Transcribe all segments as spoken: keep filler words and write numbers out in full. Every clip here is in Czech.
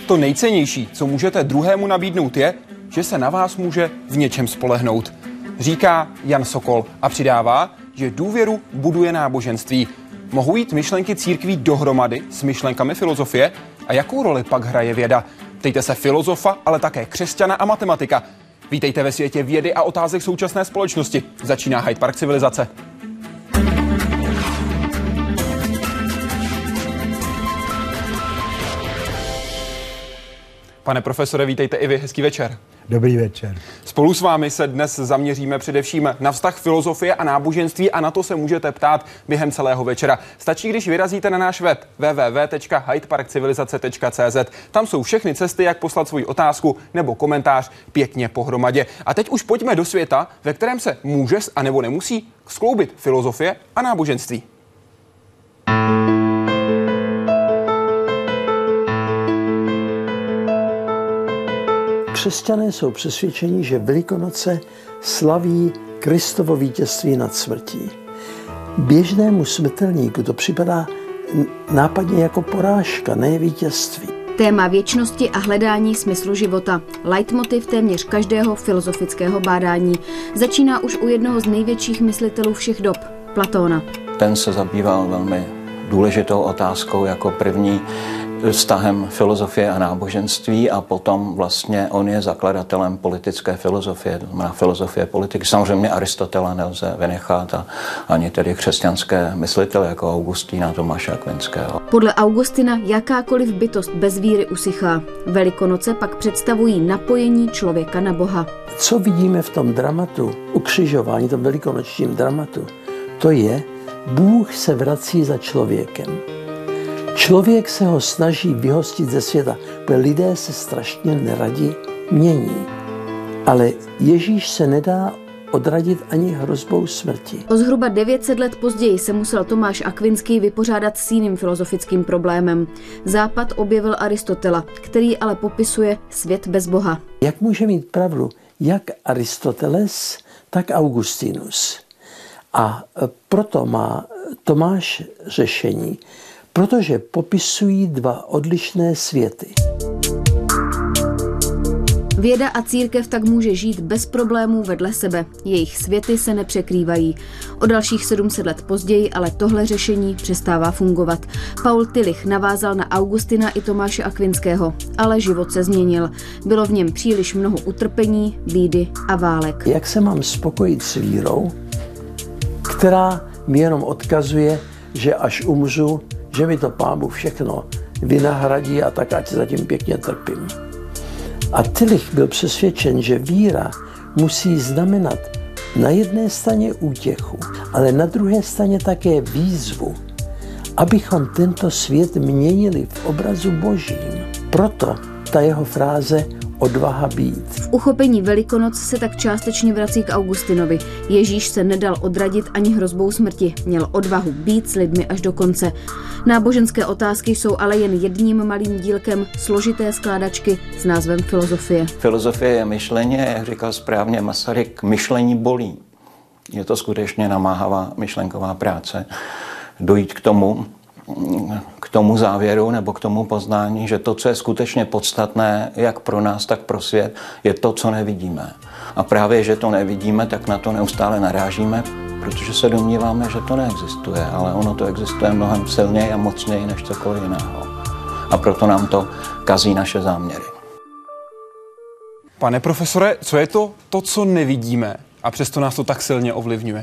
To nejcennější, co můžete druhému nabídnout, je, že se na vás může v něčem spolehnout. Říká Jan Sokol a přidává, že důvěru buduje náboženství. Mohou jít myšlenky církví dohromady s myšlenkami filozofie? A jakou roli pak hraje věda? Ptejte se filozofa, ale také křesťana a matematika. Vítejte ve světě vědy a otázek současné společnosti. Začíná Hyde Park civilizace. Pane profesore, vítejte i vy, hezký večer. Dobrý večer. Spolu s vámi se dnes zaměříme především na vztah filozofie a náboženství a na to se můžete ptát během celého večera. Stačí, když vyrazíte na náš web w w w tečka hyde park civilizace tečka c z. Tam jsou všechny cesty, jak poslat svoji otázku nebo komentář pěkně pohromadě. A teď už pojďme do světa, ve kterém se může a nebo nemusí skloubit filozofie a náboženství. Křesťané jsou přesvědčeni, že Velikonoce slaví Kristovo vítězství nad smrtí. Běžnému smrtelníku to připadá nápadně jako porážka, ne vítězství. Téma věčnosti a hledání smyslu života. Leitmotiv téměř každého filozofického bádání. Začíná už u jednoho z největších myslitelů všech dob, Platóna. Ten se zabýval velmi důležitou otázkou jako první vztahem filozofie a náboženství a potom vlastně on je zakladatelem politické filozofie, to znamená filozofie politiky. Samozřejmě Aristotela nelze vynechat a ani tedy křesťanské myslitele jako Augustína, Tomáše Akvinského. Podle Augustina jakákoliv bytost bez víry usychá. Velikonoce pak představují napojení člověka na Boha. Co vidíme v tom dramatu, ukřižování, tom velikonočním dramatu, to je, Bůh se vrací za člověkem. Člověk se ho snaží vyhostit ze světa, protože lidé se strašně neradi mění. Ale Ježíš se nedá odradit ani hrozbou smrti. O zhruba devět set let později se musel Tomáš Akvinský vypořádat s jiným filozofickým problémem. Západ objevil Aristotela, který ale popisuje svět bez Boha. Jak může mít pravdu jak Aristoteles, tak Augustinus? A proto má Tomáš řešení, protože popisují dva odlišné světy. Věda a církev tak může žít bez problémů vedle sebe. Jejich světy se nepřekrývají. O dalších sedm set let později ale tohle řešení přestává fungovat. Paul Tillich navázal na Augustina i Tomáše Akvinského, ale život se změnil. Bylo v něm příliš mnoho utrpení, bídy a válek. Jak se mám spokojit s vírou, která mi jenom odkazuje, že až umřu, že mi to Pán Bůh všechno vynahradí a tak ať zatím pěkně trpím. A Tillich byl přesvědčen, že víra musí znamenat na jedné straně útěchu, ale na druhé straně také výzvu, abychom tento svět měnili v obrazu Božím. Proto ta jeho fráze odvaha být. V uchopení Velikonoc se tak částečně vrací k Augustinovi. Ježíš se nedal odradit ani hrozbou smrti. Měl odvahu být s lidmi až do konce. Náboženské otázky jsou ale jen jedním malým dílkem složité skládačky s názvem filozofie. Filozofie je myšlení, jak říkal správně Masaryk, myšlení bolí. Je to skutečně namáhavá myšlenková práce. Dojít k tomu, k tomu závěru nebo k tomu poznání, že to, co je skutečně podstatné, jak pro nás, tak pro svět, je to, co nevidíme. A právě, že to nevidíme, tak na to neustále narážíme, protože se domníváme, že to neexistuje, ale ono to existuje mnohem silněji a mocněji než cokoliv jiného. A proto nám to kazí naše záměry. Pane profesore, co je to, to, co nevidíme a přesto nás to tak silně ovlivňuje?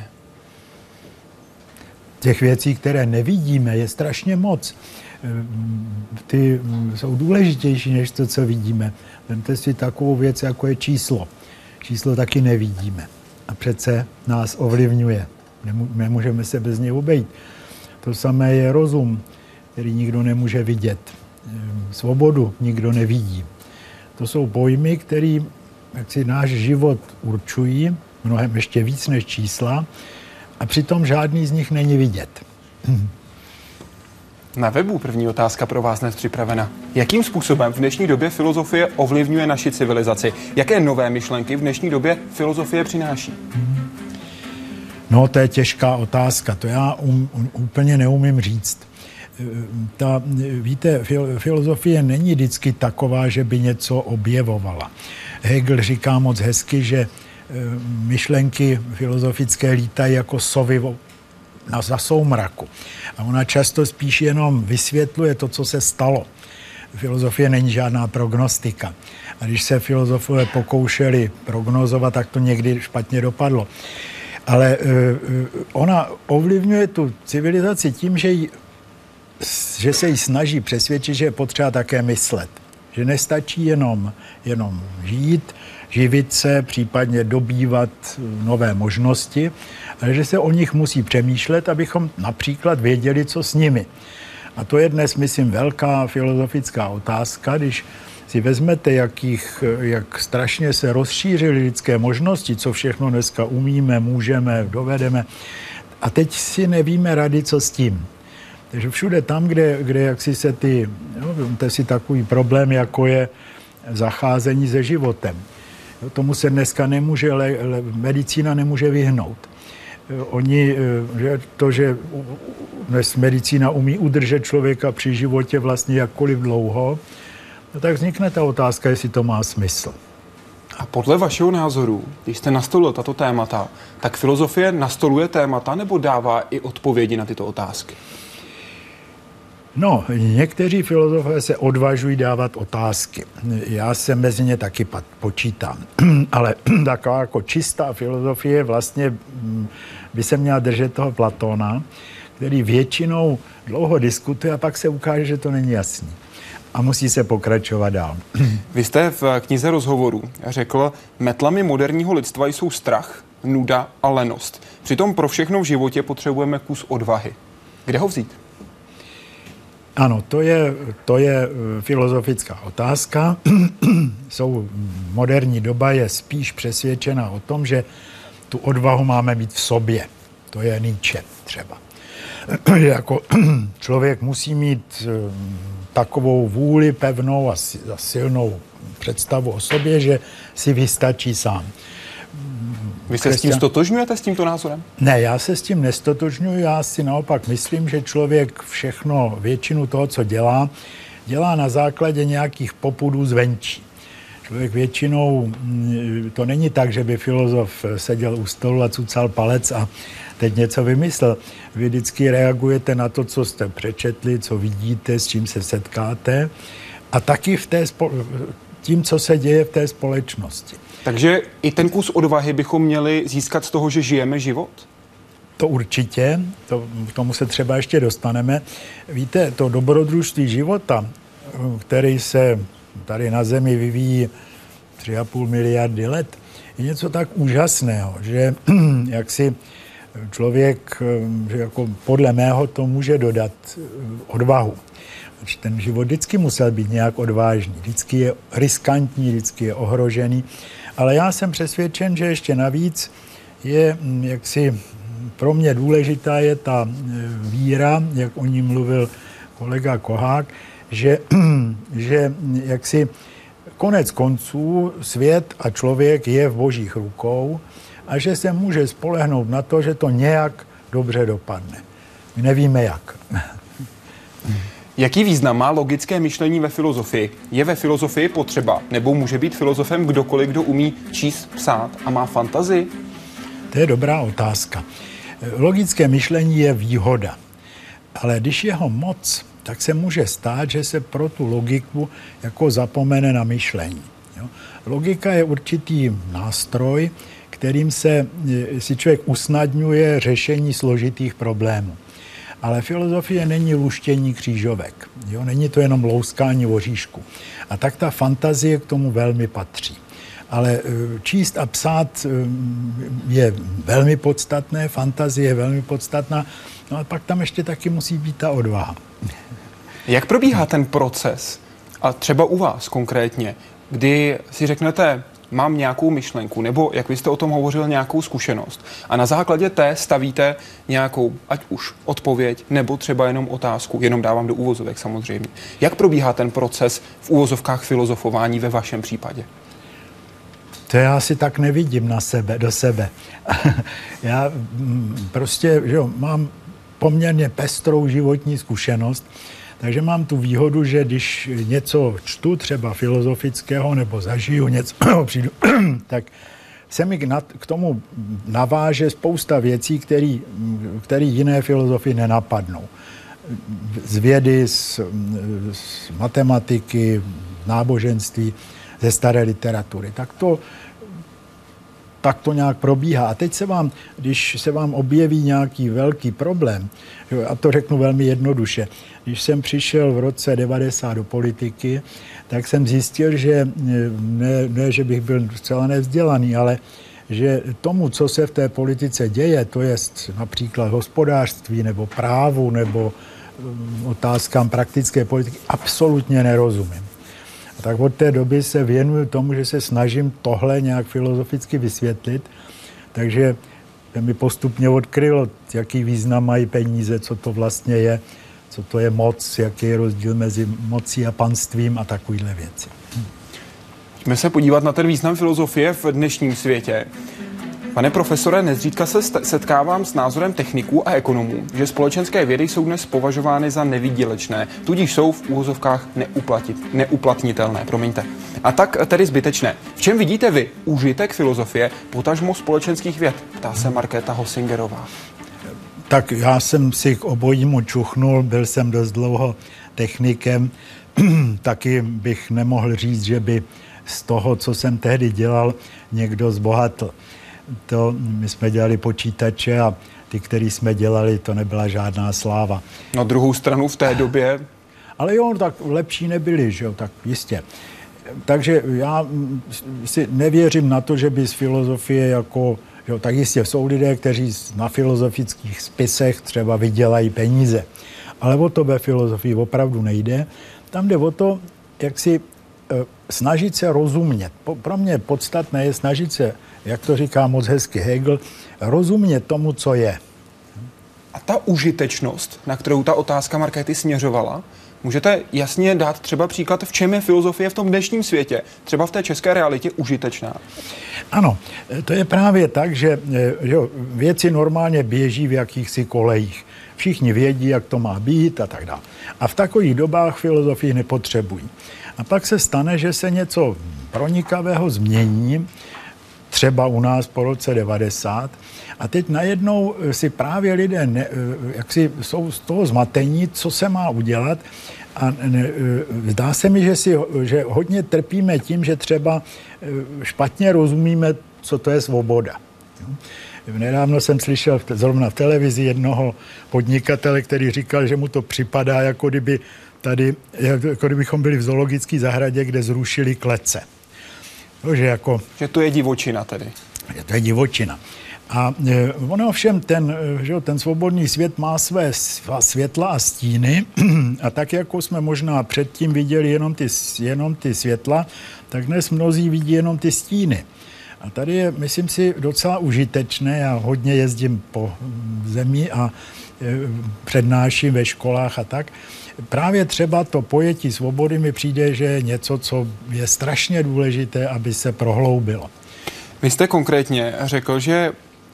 Těch věcí, které nevidíme, je strašně moc. Ty jsou důležitější než to, co vidíme. Vemte si takovou věc, jako je číslo. Číslo taky nevidíme. A přece nás ovlivňuje. Nemůžeme se bez něj obejít. To samé je rozum, který nikdo nemůže vidět. Svobodu nikdo nevidí. To jsou pojmy, které jaksi náš život určují, mnohem ještě víc než čísla, a přitom žádný z nich není vidět. Na webu první otázka pro vás dnes připravena. Jakým způsobem v dnešní době filozofie ovlivňuje naši civilizaci? Jaké nové myšlenky v dnešní době filozofie přináší? No, to je těžká otázka. To já um, um, úplně neumím říct. ta, víte, filozofie není vždycky taková, že by něco objevovala. Hegel říká moc hezky, že myšlenky filozofické lítají jako sovy na za soumraku. A ona často spíš jenom vysvětluje to, co se stalo. Filozofie není žádná prognostika. A když se filozofové pokoušeli prognozovat, tak to někdy špatně dopadlo. Ale ona ovlivňuje tu civilizaci tím, že, jí, že se jí snaží přesvědčit, že je potřeba také myslet. Že nestačí jenom, jenom žít, živit se, případně dobývat nové možnosti, ale že se o nich musí přemýšlet, abychom například věděli, co s nimi. A to je dnes, myslím, velká filozofická otázka, když si vezmete, jakých, jak strašně se rozšířily lidské možnosti, co všechno dneska umíme, můžeme, dovedeme. A teď si nevíme rady, co s tím. Takže všude tam, kde, kde jaksi se ty, no, to je si takový problém, jako je zacházení se životem. Tomu se dneska nemůže, le, le, medicína nemůže vyhnout. Oni, že to, že dnes medicína umí udržet člověka při životě vlastně jakkoliv dlouho, no tak vznikne ta otázka, jestli to má smysl. A podle vašeho názoru, když jste nastolil tato témata, tak filozofie nastoluje témata nebo dává i odpovědi na tyto otázky? No, někteří filozofové se odvažují dávat otázky. Já se mezi ně taky počítám. Ale taková jako čistá filozofie vlastně by se měla držet toho Platóna, který většinou dlouho diskutuje a pak se ukáže, že to není jasný. A musí se pokračovat dál. Vy jste v knize Rozhovorů řekl, metlami moderního lidstva jsou strach, nuda a lenost. Přitom pro všechno v životě potřebujeme kus odvahy. Kde ho vzít? Ano, to je, to je filozofická otázka. Jsou, moderní doba je spíš přesvědčena o tom, že tu odvahu máme mít v sobě. To je Nietzsche třeba. Jako člověk musí mít takovou vůli pevnou a silnou představu o sobě, že si vystačí sám. Vy se s tím stotožňujete, s tímto názorem? Ne, já se s tím nestotožňuji, já si naopak myslím, že člověk všechno, většinu toho, co dělá, dělá na základě nějakých popudů zvenčí. Člověk většinou, to není tak, že by filozof seděl u stolu a cucal palec a teď něco vymyslel. Vy vždycky reagujete na to, co jste přečetli, co vidíte, s čím se setkáte a taky v té spo- tím, co se děje v té společnosti. Takže i ten kus odvahy bychom měli získat z toho, že žijeme život? To určitě, to, k tomu se třeba ještě dostaneme. Víte, to dobrodružství života, který se tady na Zemi vyvíjí tři a půl miliardy let, je něco tak úžasného, že jak si člověk, že jako podle mého to může dodat odvahu. Ten život vždycky musel být nějak odvážný, vždycky je riskantní, vždycky je ohrožený, ale já jsem přesvědčen, že ještě navíc je jaksi pro mě důležitá je ta víra, jak o ní mluvil kolega Kohák, že, že jaksi konec konců svět a člověk je v božích rukou a že se může spolehnout na to, že to nějak dobře dopadne. My nevíme jak. Jaký význam má logické myšlení ve filozofii? Je ve filozofii potřeba, nebo může být filozofem kdokoliv, kdo umí číst, psát a má fantazii? To je dobrá otázka. Logické myšlení je výhoda, ale když je ho moc, tak se může stát, že se pro tu logiku jako zapomene na myšlení. Jo? Logika je určitý nástroj, kterým se si člověk usnadňuje řešení složitých problémů. Ale filozofie není luštění křížovek. Jo? Není to jenom louskání oříšku. A tak ta fantazie k tomu velmi patří. Ale číst a psát je velmi podstatné, fantazie je velmi podstatná, no a pak tam ještě taky musí být ta odvaha. Jak probíhá ten proces, a třeba u vás konkrétně, kdy si řeknete, mám nějakou myšlenku, nebo, jak vy jste o tom hovořil, nějakou zkušenost a na základě té stavíte nějakou, ať už odpověď, nebo třeba jenom otázku, jenom dávám do úvozovek samozřejmě. Jak probíhá ten proces v úvozovkách filozofování ve vašem případě? To já si tak nevidím na sebe, do sebe. Já prostě, že jo, mám poměrně pestrou životní zkušenost, takže mám tu výhodu, že když něco čtu, třeba filozofického, nebo zažiju něco, přijdu, tak se mi k tomu naváže spousta věcí, které jiné filozofy nenapadnou. Z vědy, z, z matematiky, náboženství, ze staré literatury. Tak to, tak to nějak probíhá. A teď se vám, když se vám objeví nějaký velký problém, a to řeknu velmi jednoduše, když jsem přišel v roce devadesát do politiky, tak jsem zjistil, že ne, ne že bych byl zcela nevzdělaný, ale že tomu, co se v té politice děje, to je například hospodářství nebo právu nebo otázkám praktické politiky, absolutně nerozumím. A tak od té doby se věnuju tomu, že se snažím tohle nějak filozoficky vysvětlit, takže mi postupně odkrylo, jaký význam mají peníze, co to vlastně je, co to je moc, jaký je rozdíl mezi mocí a panstvím a takovýhle věci. Pojďme se podívat na ten význam filozofie v dnešním světě. Pane profesore, nezřídka se setkávám s názorem techniků a ekonomů, že společenské vědy jsou dnes považovány za nevýdělečné, tudíž jsou v úvozovkách neuplatit, neuplatnitelné. Promiňte. A tak tedy zbytečné. V čem vidíte vy užitek filozofie, potažmo společenských věd? Ptá se Markéta Hosingerová. Tak já jsem si k obojímu čuchnul, byl jsem dost dlouho technikem, taky bych nemohl říct, že by z toho, co jsem tehdy dělal, někdo zbohatl. To my jsme dělali počítače a ty, který jsme dělali, to nebyla žádná sláva. Na druhou stranu v té době... Ale jo, tak lepší nebyli, že jo, tak jistě. Takže já si nevěřím na to, že by z filozofie jako... Jo, tak jistě jsou lidé, kteří na filozofických spisech třeba vydělají peníze. Ale o to ve filozofii opravdu nejde. Tam jde o to, jak si e, snažit se rozumět. Po, pro mě podstatné je snažit se, jak to říká moc hezky Hegel, rozumět tomu, co je. A ta užitečnost, na kterou ta otázka Markéty směřovala, můžete jasně dát třeba příklad, v čem je filozofie v tom dnešním světě, třeba v té české realitě užitečná? Ano, to je právě tak, že, že věci normálně běží v jakýchsi kolejích. Všichni vědí, jak to má být a tak dále. A v takových dobách filozofii nepotřebují. A pak se stane, že se něco pronikavého změní, třeba u nás po roce devadesát, a teď najednou si právě lidé ne, jak si jsou z toho zmatení, co se má udělat. A ne, zdá se mi, že, si, že hodně trpíme tím, že třeba špatně rozumíme, co to je svoboda. Nedávno jsem slyšel zrovna v televizi jednoho podnikatele, který říkal, že mu to připadá, jako kdyby tady, jako kdybychom byli v zoologické zahradě, kde zrušili klece. No, že, jako, že to je divočina tedy. To je divočina. A ono ovšem, ten, že ten svobodný svět má své světla a stíny a tak, jako jsme možná předtím viděli jenom ty, jenom ty světla, tak dnes mnozí vidí jenom ty stíny. A tady je, myslím si, docela užitečné, já hodně jezdím po zemi a přednáším ve školách a tak. Právě třeba to pojetí svobody mi přijde, že je něco, co je strašně důležité, aby se prohloubilo. Vy jste konkrétně řekl, že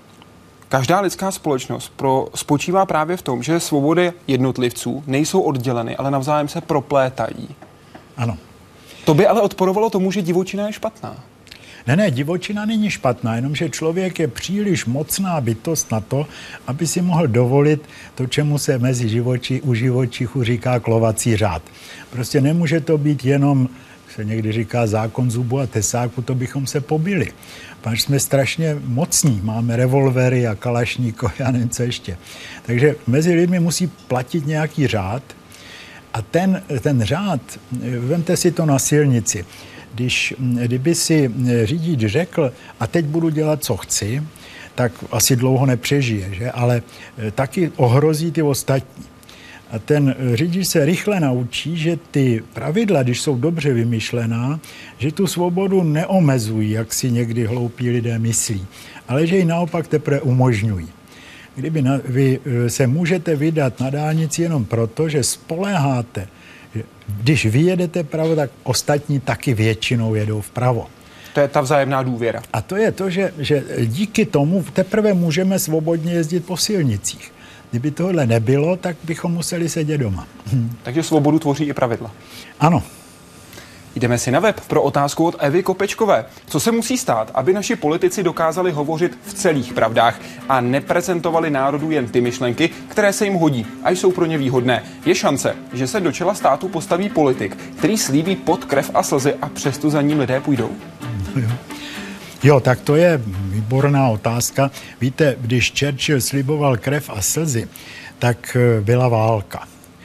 každá lidská společnost pro, spočívá právě v tom, že svobody jednotlivců nejsou odděleny, ale navzájem se proplétají. Ano. To by ale odporovalo tomu, že divočina je špatná. Ne, ne, divočina není špatná, jenomže člověk je příliš mocná bytost na to, aby si mohl dovolit to, čemu se mezi živoči, u živočichů říká klovací řád. Prostě nemůže to být jenom, se někdy říká zákon zubu a tesáku, to bychom se pobili. Páč jsme strašně mocní, máme revolvery a kalašníko, já nevím, co ještě. Takže mezi lidmi musí platit nějaký řád a ten, ten řád, vemte si to na silnici, Když, kdyby si řidič řekl, a teď budu dělat, co chci, tak asi dlouho nepřežije, že? Ale taky ohrozí ty ostatní. A ten řidič se rychle naučí, že ty pravidla, když jsou dobře vymyšlená, že tu svobodu neomezují, jak si někdy hloupí lidé myslí, ale že ji naopak teprve umožňují. Kdyby na, vy se můžete vydat na dálnici jenom proto, že spoléháte, když vy jedete pravo, tak ostatní taky většinou jedou vpravo. To je ta vzájemná důvěra. A to je to, že, že díky tomu teprve můžeme svobodně jezdit po silnicích. Kdyby tohle nebylo, tak bychom museli sedět doma. Takže svobodu tvoří i pravidla. Ano. Jdeme si na web pro otázku od Evy Kopečkové. Co se musí stát, aby naši politici dokázali hovořit v celých pravdách a neprezentovali národu jen ty myšlenky, které se jim hodí a jsou pro ně výhodné? Je šance, že se do čela státu postaví politik, který slíbí pot, krev a slzy a přesto za ním lidé půjdou? Jo. Jo, tak to je výborná otázka. Víte, když Churchill sliboval krev a slzy, tak byla válka.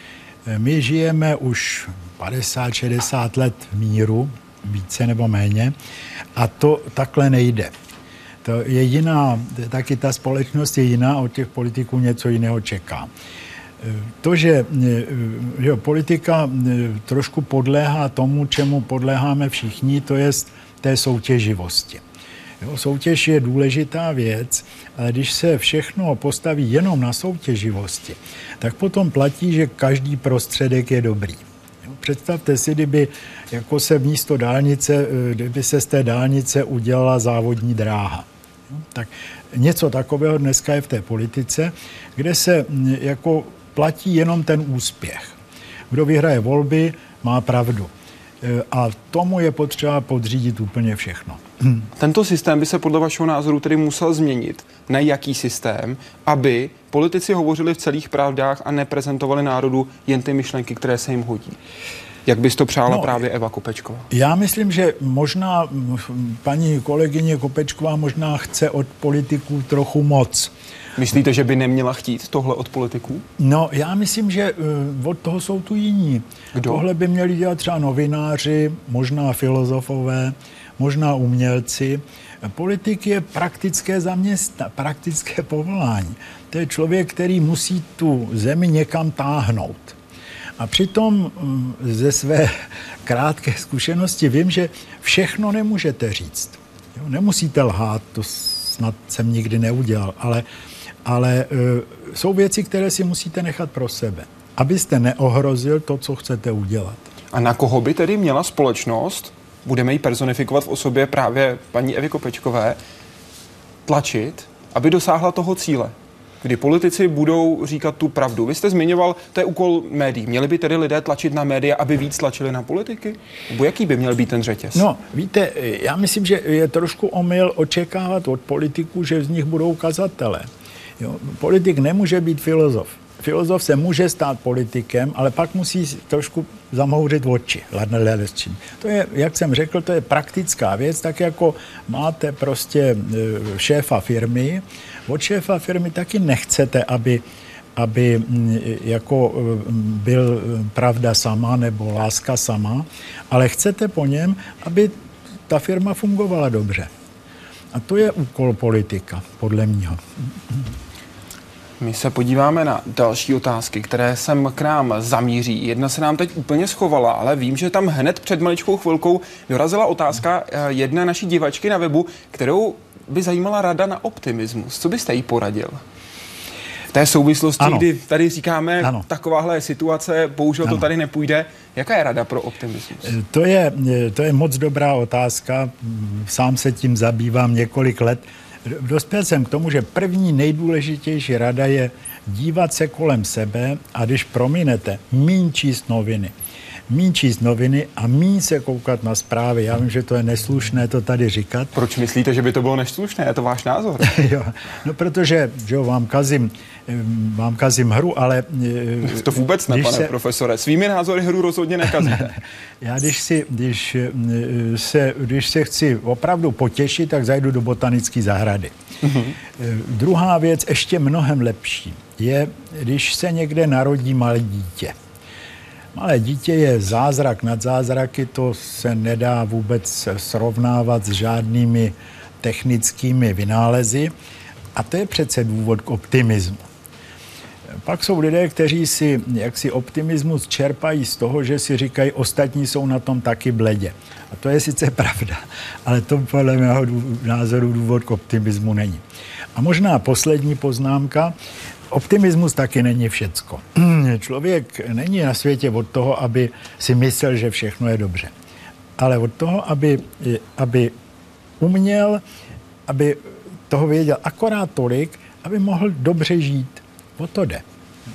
My žijeme už padesát šedesát let v míru, více nebo méně, a to takhle nejde. To je jiná, taky ta společnost je jiná, od těch politiků něco jiného čeká. To, že jo, politika trošku podléhá tomu, čemu podléháme všichni, to je té soutěživosti. Jo, soutěž je důležitá věc, ale když se všechno postaví jenom na soutěživosti, tak potom platí, že každý prostředek je dobrý. Jo, představte si, kdyby jako se místo dálnice, kdyby se z té dálnice udělala závodní dráha. Jo, tak něco takového dneska je v té politice, kde se jako platí jenom ten úspěch. Kdo vyhraje volby, má pravdu. A tomu je potřeba podřídit úplně všechno. Tento systém by se podle vašeho názoru tedy musel změnit na jaký systém, aby politici hovořili v celých pravdách a neprezentovali národu jen ty myšlenky, které se jim hodí? Jak bys to přála no, právě Eva Kopečková? Já myslím, že možná paní kolegyně Kopečková možná chce od politiků trochu moc. Myslíte, že by neměla chtít tohle od politiků? No, já myslím, že uh, od toho jsou tu jiní. Kdo? Tohle by měli dělat třeba novináři, možná filozofové, možná umělci. Politik je praktické zaměstnání, praktické povolání. To je člověk, který musí tu zemi někam táhnout. A přitom um, ze své krátké zkušenosti vím, že všechno nemůžete říct. Jo, nemusíte lhát, to snad jsem nikdy neudělal, ale Ale uh, jsou věci, které si musíte nechat pro sebe, abyste neohrozil to, co chcete udělat. A na koho by tedy měla společnost, budeme ji personifikovat v osobě právě paní Evy Kopečkové, tlačit, aby dosáhla toho cíle, kdy politici budou říkat tu pravdu? Vy jste zmiňoval, to je úkol médií. Měli by tedy lidé tlačit na média, aby víc tlačili na politiky? Nebo jaký by měl být ten řetěz? No, víte, já myslím, že je trošku omyl očekávat od politiků, že z nich budou kazatelé. Jo, politik nemůže být filozof. Filozof se může stát politikem, ale pak musí trošku zamhouřit oči. To je, jak jsem řekl, to je praktická věc, tak jako máte prostě šéfa firmy. Od šéfa firmy taky nechcete, aby, aby jako byl pravda sama nebo láska sama, ale chcete po něm, aby ta firma fungovala dobře. A to je úkol politika, podle mýho. My se podíváme na další otázky, které sem k nám zamíří. Jedna se nám teď úplně schovala, ale vím, že tam hned před maličkou chvilkou dorazila otázka jedné naší divačky na webu, kterou by zajímala rada na optimismus. Co byste jí poradil? V té souvislosti, ano. Kdy tady říkáme, ano. Takováhle situace, bohužel ano. To tady nepůjde. Jaká je rada pro optimismus? To je, to je moc dobrá otázka. Sám se tím zabývám několik let. Dospěl jsem k tomu, že první nejdůležitější rada je dívat se kolem sebe a když prominete, míň číst noviny. Míň číst noviny a míň se koukat na zprávy. Já vím, že to je neslušné to tady říkat. Proč myslíte, že by to bylo neslušné? Je to váš názor? Jo, no protože že jo, vám, kazím, vám kazím hru, ale... To vůbec ne, pane se... profesore. Svými názory hru rozhodně nekazíte. Já když, si, když, se, když se chci opravdu potěšit, tak zajdu do botanické zahrady. Mm-hmm. Druhá věc, ještě mnohem lepší, je, když se někde narodí malé dítě. Malé dítě je zázrak nad zázraky, to se nedá vůbec srovnávat s žádnými technickými vynálezy a to je přece důvod k optimismu. Pak jsou lidé, kteří si jaksi optimismus čerpají z toho, že si říkají, ostatní jsou na tom taky bledě. A to je sice pravda, ale to podle mého názoru důvod k optimismu není. A možná poslední poznámka, optimismus taky není všecko. Člověk není na světě od toho, aby si myslel, že všechno je dobře. Ale od toho, aby, aby uměl, aby toho věděl akorát tolik, aby mohl dobře žít. O to jde.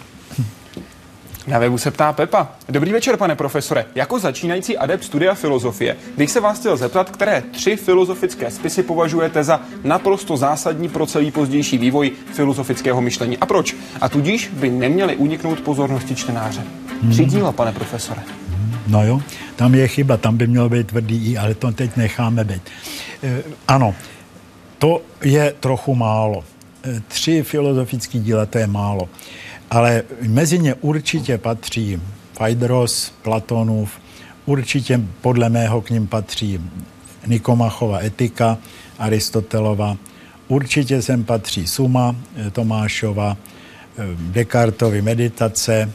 Na webu se ptá Pepa. Dobrý večer, pane profesore. Jako začínající adept studia filozofie bych se vás chtěl zeptat, které tři filozofické spisy považujete za naprosto zásadní pro celý pozdější vývoj filozofického myšlení. A proč? A tudíž by neměly uniknout pozornosti čtenáře. Tři díla, pane profesore. No jo, tam je chyba, tam by mělo být tvrdý i, ale to teď necháme být. E, ano, to je trochu málo. E, tři filozofické díla, to je málo. Ale mezi ně určitě patří Phaedros, Platonův, určitě podle mého k nim patří Nikomachova etika, Aristotelova, určitě sem patří Suma Tomášova, Descartovy meditace,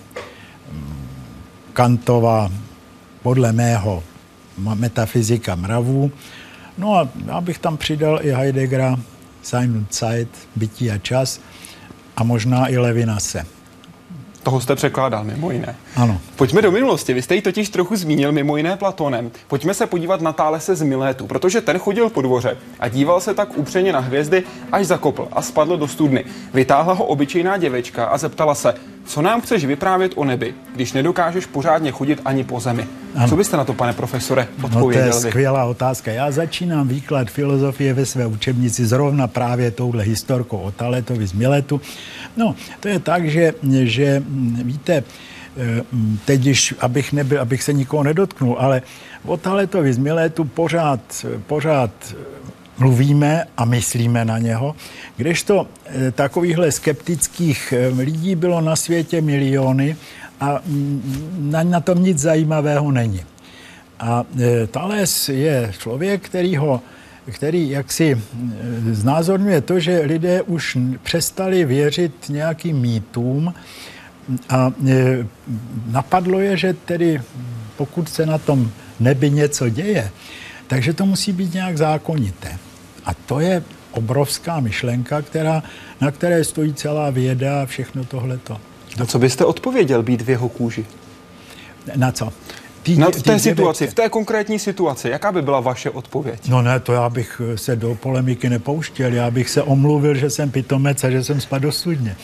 Kantova, podle mého metafyzika mravů. No a já bych tam přidal i Heideggera, Sein und Zeit, bytí a čas, a možná i Levinase. Toho jste překládal, mimo jiné. Ano. Pojďme do minulosti. Vy jste ji totiž trochu zmínil, mimo jiné Platonem. Pojďme se podívat na Thálese z Milétu, protože ten chodil po dvoře a díval se tak upřeně na hvězdy, až zakopl a spadl do studny. Vytáhla ho obyčejná děvečka a zeptala se, co nám chceš vyprávět o nebi, když nedokážeš pořádně chodit ani po zemi. Ano. Co byste na to, pane profesore, odpověděl? No to je skvělá otázka. Já začínám výklad filozofie ve své učebnici zrovna právě touhle historkou o Tháletovi z Miletu. No, to je tak, že, že víte, teď, když, abych, nebyl, abych se nikoho nedotknul, ale o Tháletovi z Miletu pořád, pořád mluvíme a myslíme na něho, kdežto takovýchhle skeptických lidí bylo na světě miliony a na, na tom nic zajímavého není. A Thales je člověk, který ho který jaksi znázorňuje to, že lidé už přestali věřit nějakým mýtům a napadlo je, že tedy pokud se na tom nebi něco děje, takže to musí být nějak zákonité. A to je obrovská myšlenka, která, na které stojí celá věda a všechno tohleto. A co byste odpověděl být v jeho kůži? Na co? Tý, na v té situaci, v té konkrétní situaci, jaká by byla vaše odpověď? No ne, to já bych se do polemiky nepouštěl, já bych se omluvil, že jsem pitomec a že jsem spadl do studně.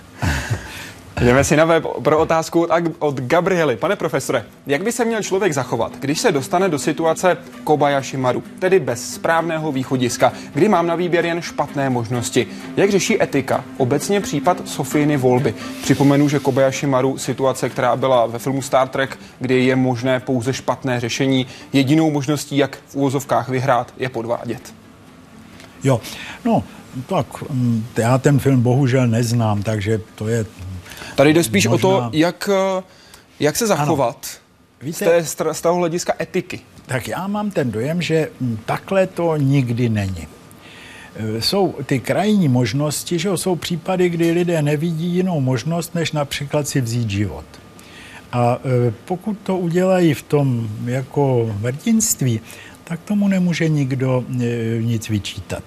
Jdeme si na web pro otázku od Gabriely. Pane profesore, jak by se měl člověk zachovat, když se dostane do situace Kobayashi Maru, tedy bez správného východiska, kdy mám na výběr jen špatné možnosti? Jak řeší etika obecně případ Sofíny volby? Připomenu, že Kobayashi Maru, situace, která byla ve filmu Star Trek, kdy je možné pouze špatné řešení, jedinou možností, jak v úvozovkách vyhrát, je podvádět. Jo, no, tak já ten film bohužel neznám, takže to je... Tady jde spíš možná... o to, jak, jak se zachovat Víte, z, té, z toho hlediska etiky. Tak já mám ten dojem, že takhle to nikdy není. Jsou ty krajní možnosti, že jsou případy, kdy lidé nevidí jinou možnost, než například si vzít život. A pokud to udělají v tom jako hrdinství, tak tomu nemůže nikdo nic vyčítat.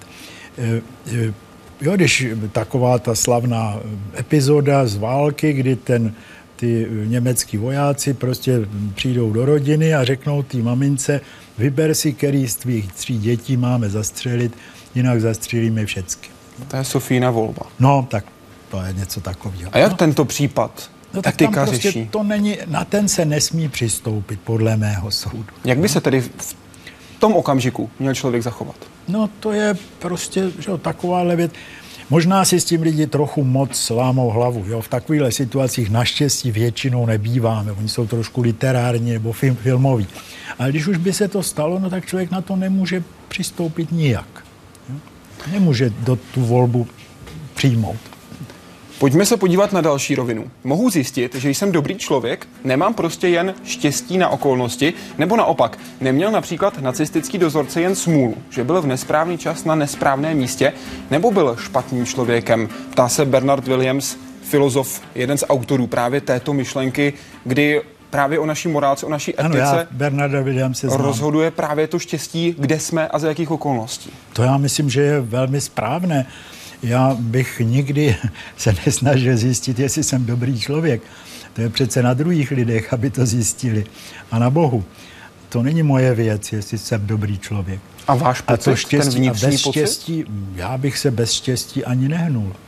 Jo, když taková ta slavná epizoda z války, kdy ten, ty německý vojáci prostě přijdou do rodiny a řeknou té mamince, vyber si, který z tvých tří dětí máme zastřelit, jinak zastřelíme všecky. To je Sofína volba. No, tak to je něco takového. A jak no. tento případ no, tak etika tam prostě řeší? To není, na ten se nesmí přistoupit, podle mého soudu. Jak by se tedy v tom okamžiku měl člověk zachovat? No to je prostě že, takováhle věc. Možná si s tím lidi trochu moc lámou hlavu. Jo? V takovýchhle situacích naštěstí většinou nebýváme. Oni jsou trošku literární nebo film, filmoví. Ale když už by se to stalo, no tak člověk na to nemůže přistoupit nijak. Jo? Nemůže do tu volbu přijmout. Pojďme se podívat na další rovinu. Mohu zjistit, že jsem dobrý člověk, nemám prostě jen štěstí na okolnosti, nebo naopak, neměl například nacistický dozorce jen smůlu, že byl v nesprávný čas na nesprávném místě, nebo byl špatným člověkem. Ptá se Bernard Williams, filozof, jeden z autorů právě této myšlenky, kdy právě o naší morálce, o naší etice ano, já Bernarda Williamse znám. Rozhoduje právě to štěstí, kde jsme a za jakých okolností. To já myslím, že je velmi správné. Já bych nikdy se nesnažil zjistit, jestli jsem dobrý člověk. To je přece na druhých lidech, aby to zjistili. A na Bohu. To není moje věc, jestli jsem dobrý člověk. A váš pocit, a to štěstí, ten vnitřní a bez pocit? Štěstí, já bych se bez štěstí ani nehnul.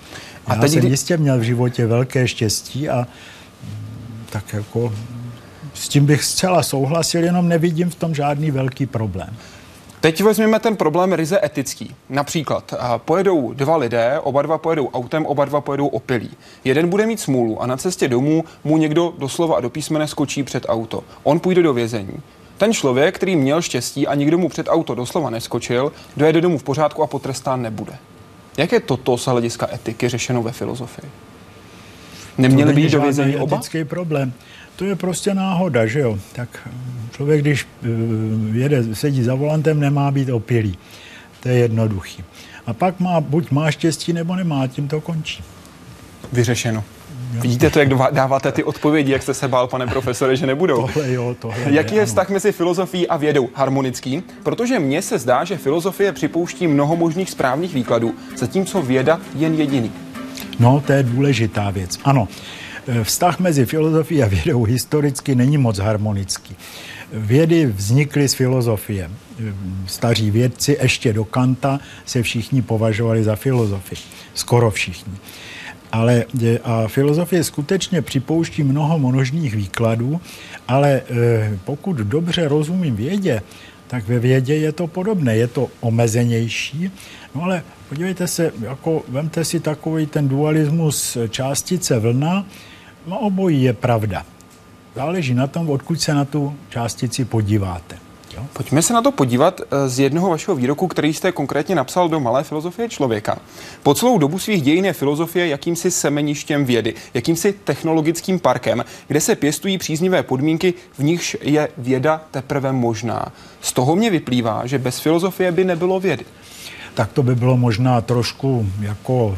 Já a jsem kdy... jistě měl v životě velké štěstí a tak jako s tím bych zcela souhlasil, jenom nevidím v tom žádný velký problém. Teď vezměme ten problém ryze etický. Například pojedou dva lidé, oba dva pojedou autem, oba dva pojedou opilí. Jeden bude mít smůlu a na cestě domů mu někdo doslova a do písmene skočí před auto. On půjde do vězení. Ten člověk, který měl štěstí a nikdo mu před auto doslova neskočil, dojede domů v pořádku a potrestán nebude. Jak je toto z hlediska etiky řešeno ve filozofii? Neměli být do vězení oba? Etický problém. To je prostě náhoda, že jo? Tak člověk, když jede, sedí za volantem, nemá být opilý. To je jednoduchý. A pak má, buď má štěstí, nebo nemá, tím to končí. Vyřešeno. Jo. Vidíte to, jak dáváte ty odpovědi, jak jste se bál, pane profesore, že nebudou? Tohle jo, tohle Jaký je, je vztah ano. mezi filozofií a vědou? Harmonický? Protože mně se zdá, že filozofie připouští mnoho možných správných výkladů, zatímco věda jen jediný. No, to je důležitá věc. Ano. Vztah mezi filozofií a vědou historicky není moc harmonický. Vědy vznikly z filozofie. Staří vědci ještě do Kanta se všichni považovali za filozofy. Skoro všichni. Ale a filozofie skutečně připouští mnoho možných výkladů, ale pokud dobře rozumím vědě, tak ve vědě je to podobné, je to omezenější. No ale podívejte se, jako vemte si takový ten dualismus částice vlna, no obojí je pravda. Záleží na tom, odkud se na tu částici podíváte. Jo? Pojďme se na to podívat z jednoho vašeho výroku, který jste konkrétně napsal do Malé filozofie člověka. Po celou dobu svých dějin je filozofie jakýmsi semeništěm vědy, jakýmsi technologickým parkem, kde se pěstují příznivé podmínky, v nichž je věda teprve možná. Z toho mě vyplývá, že bez filozofie by nebylo vědy. Tak to by bylo možná trošku jako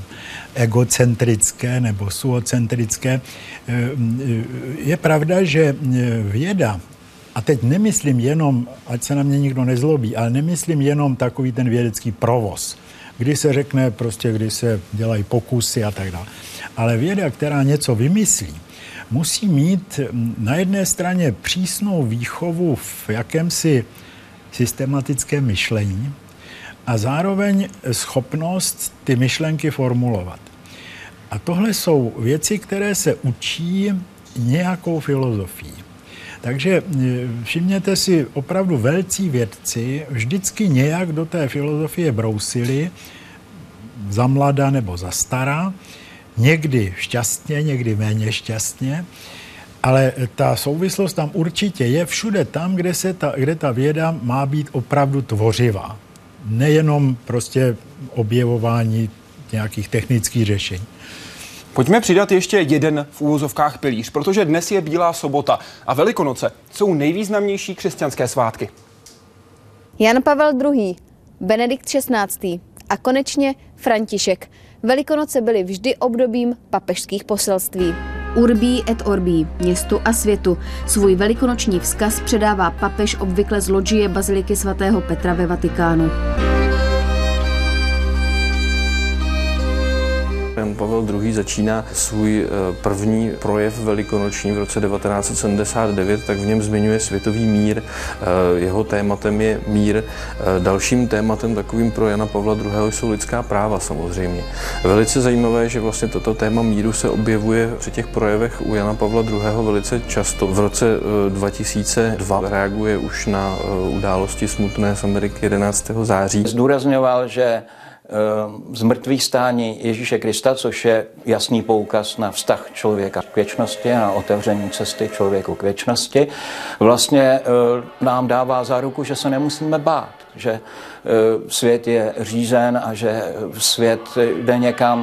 egocentrické nebo suocentrické. Je pravda, že věda, a teď nemyslím jenom, ať se na mě nikdo nezlobí, ale nemyslím jenom takový ten vědecký provoz, kdy se řekne prostě, kdy se dělají pokusy a tak dále. Ale věda, která něco vymyslí, musí mít na jedné straně přísnou výchovu v jakémsi systematickém myšlení a zároveň schopnost ty myšlenky formulovat. A tohle jsou věci, které se učí nějakou filozofií. Takže všimněte si, opravdu velcí vědci vždycky nějak do té filozofie brousili, za mlada nebo za stará, někdy šťastně, někdy méně šťastně, ale ta souvislost tam určitě je všude tam, kde, se ta, kde ta věda má být opravdu tvořivá. Nejenom prostě objevování nějakých technických řešení. Pojďme přidat ještě jeden v úvozovkách pilíř, protože dnes je Bílá sobota a Velikonoce jsou nejvýznamnější křesťanské svátky. Jan Pavel druhý., Benedikt šestnáctý. a konečně František. Velikonoce byly vždy obdobím papežských poselství. Urbí et Orbí, městu a světu. Svůj velikonoční vzkaz předává papež obvykle z lodžie baziliky svatého Petra ve Vatikánu. Jan Pavel druhý. začíná svůj první projev velikonoční v roce devatenáct set sedmdesát devět, tak v něm zmiňuje světový mír. Jeho tématem je mír. Dalším tématem takovým pro Jana Pavla druhého. jsou lidská práva samozřejmě. Velice zajímavé, že vlastně toto téma míru se objevuje při těch projevech u Jana Pavla druhého. velice často. V roce dva tisíce dva reaguje už na události smutné z Ameriky jedenáctého září. Zdůrazňoval, že zmrtvýchvstání Ježíše Krista, což je jasný poukaz na vztah člověka k věčnosti a otevření cesty člověku k věčnosti, vlastně nám dává záruku, že se nemusíme bát, že svět je řízen a že svět jde někam.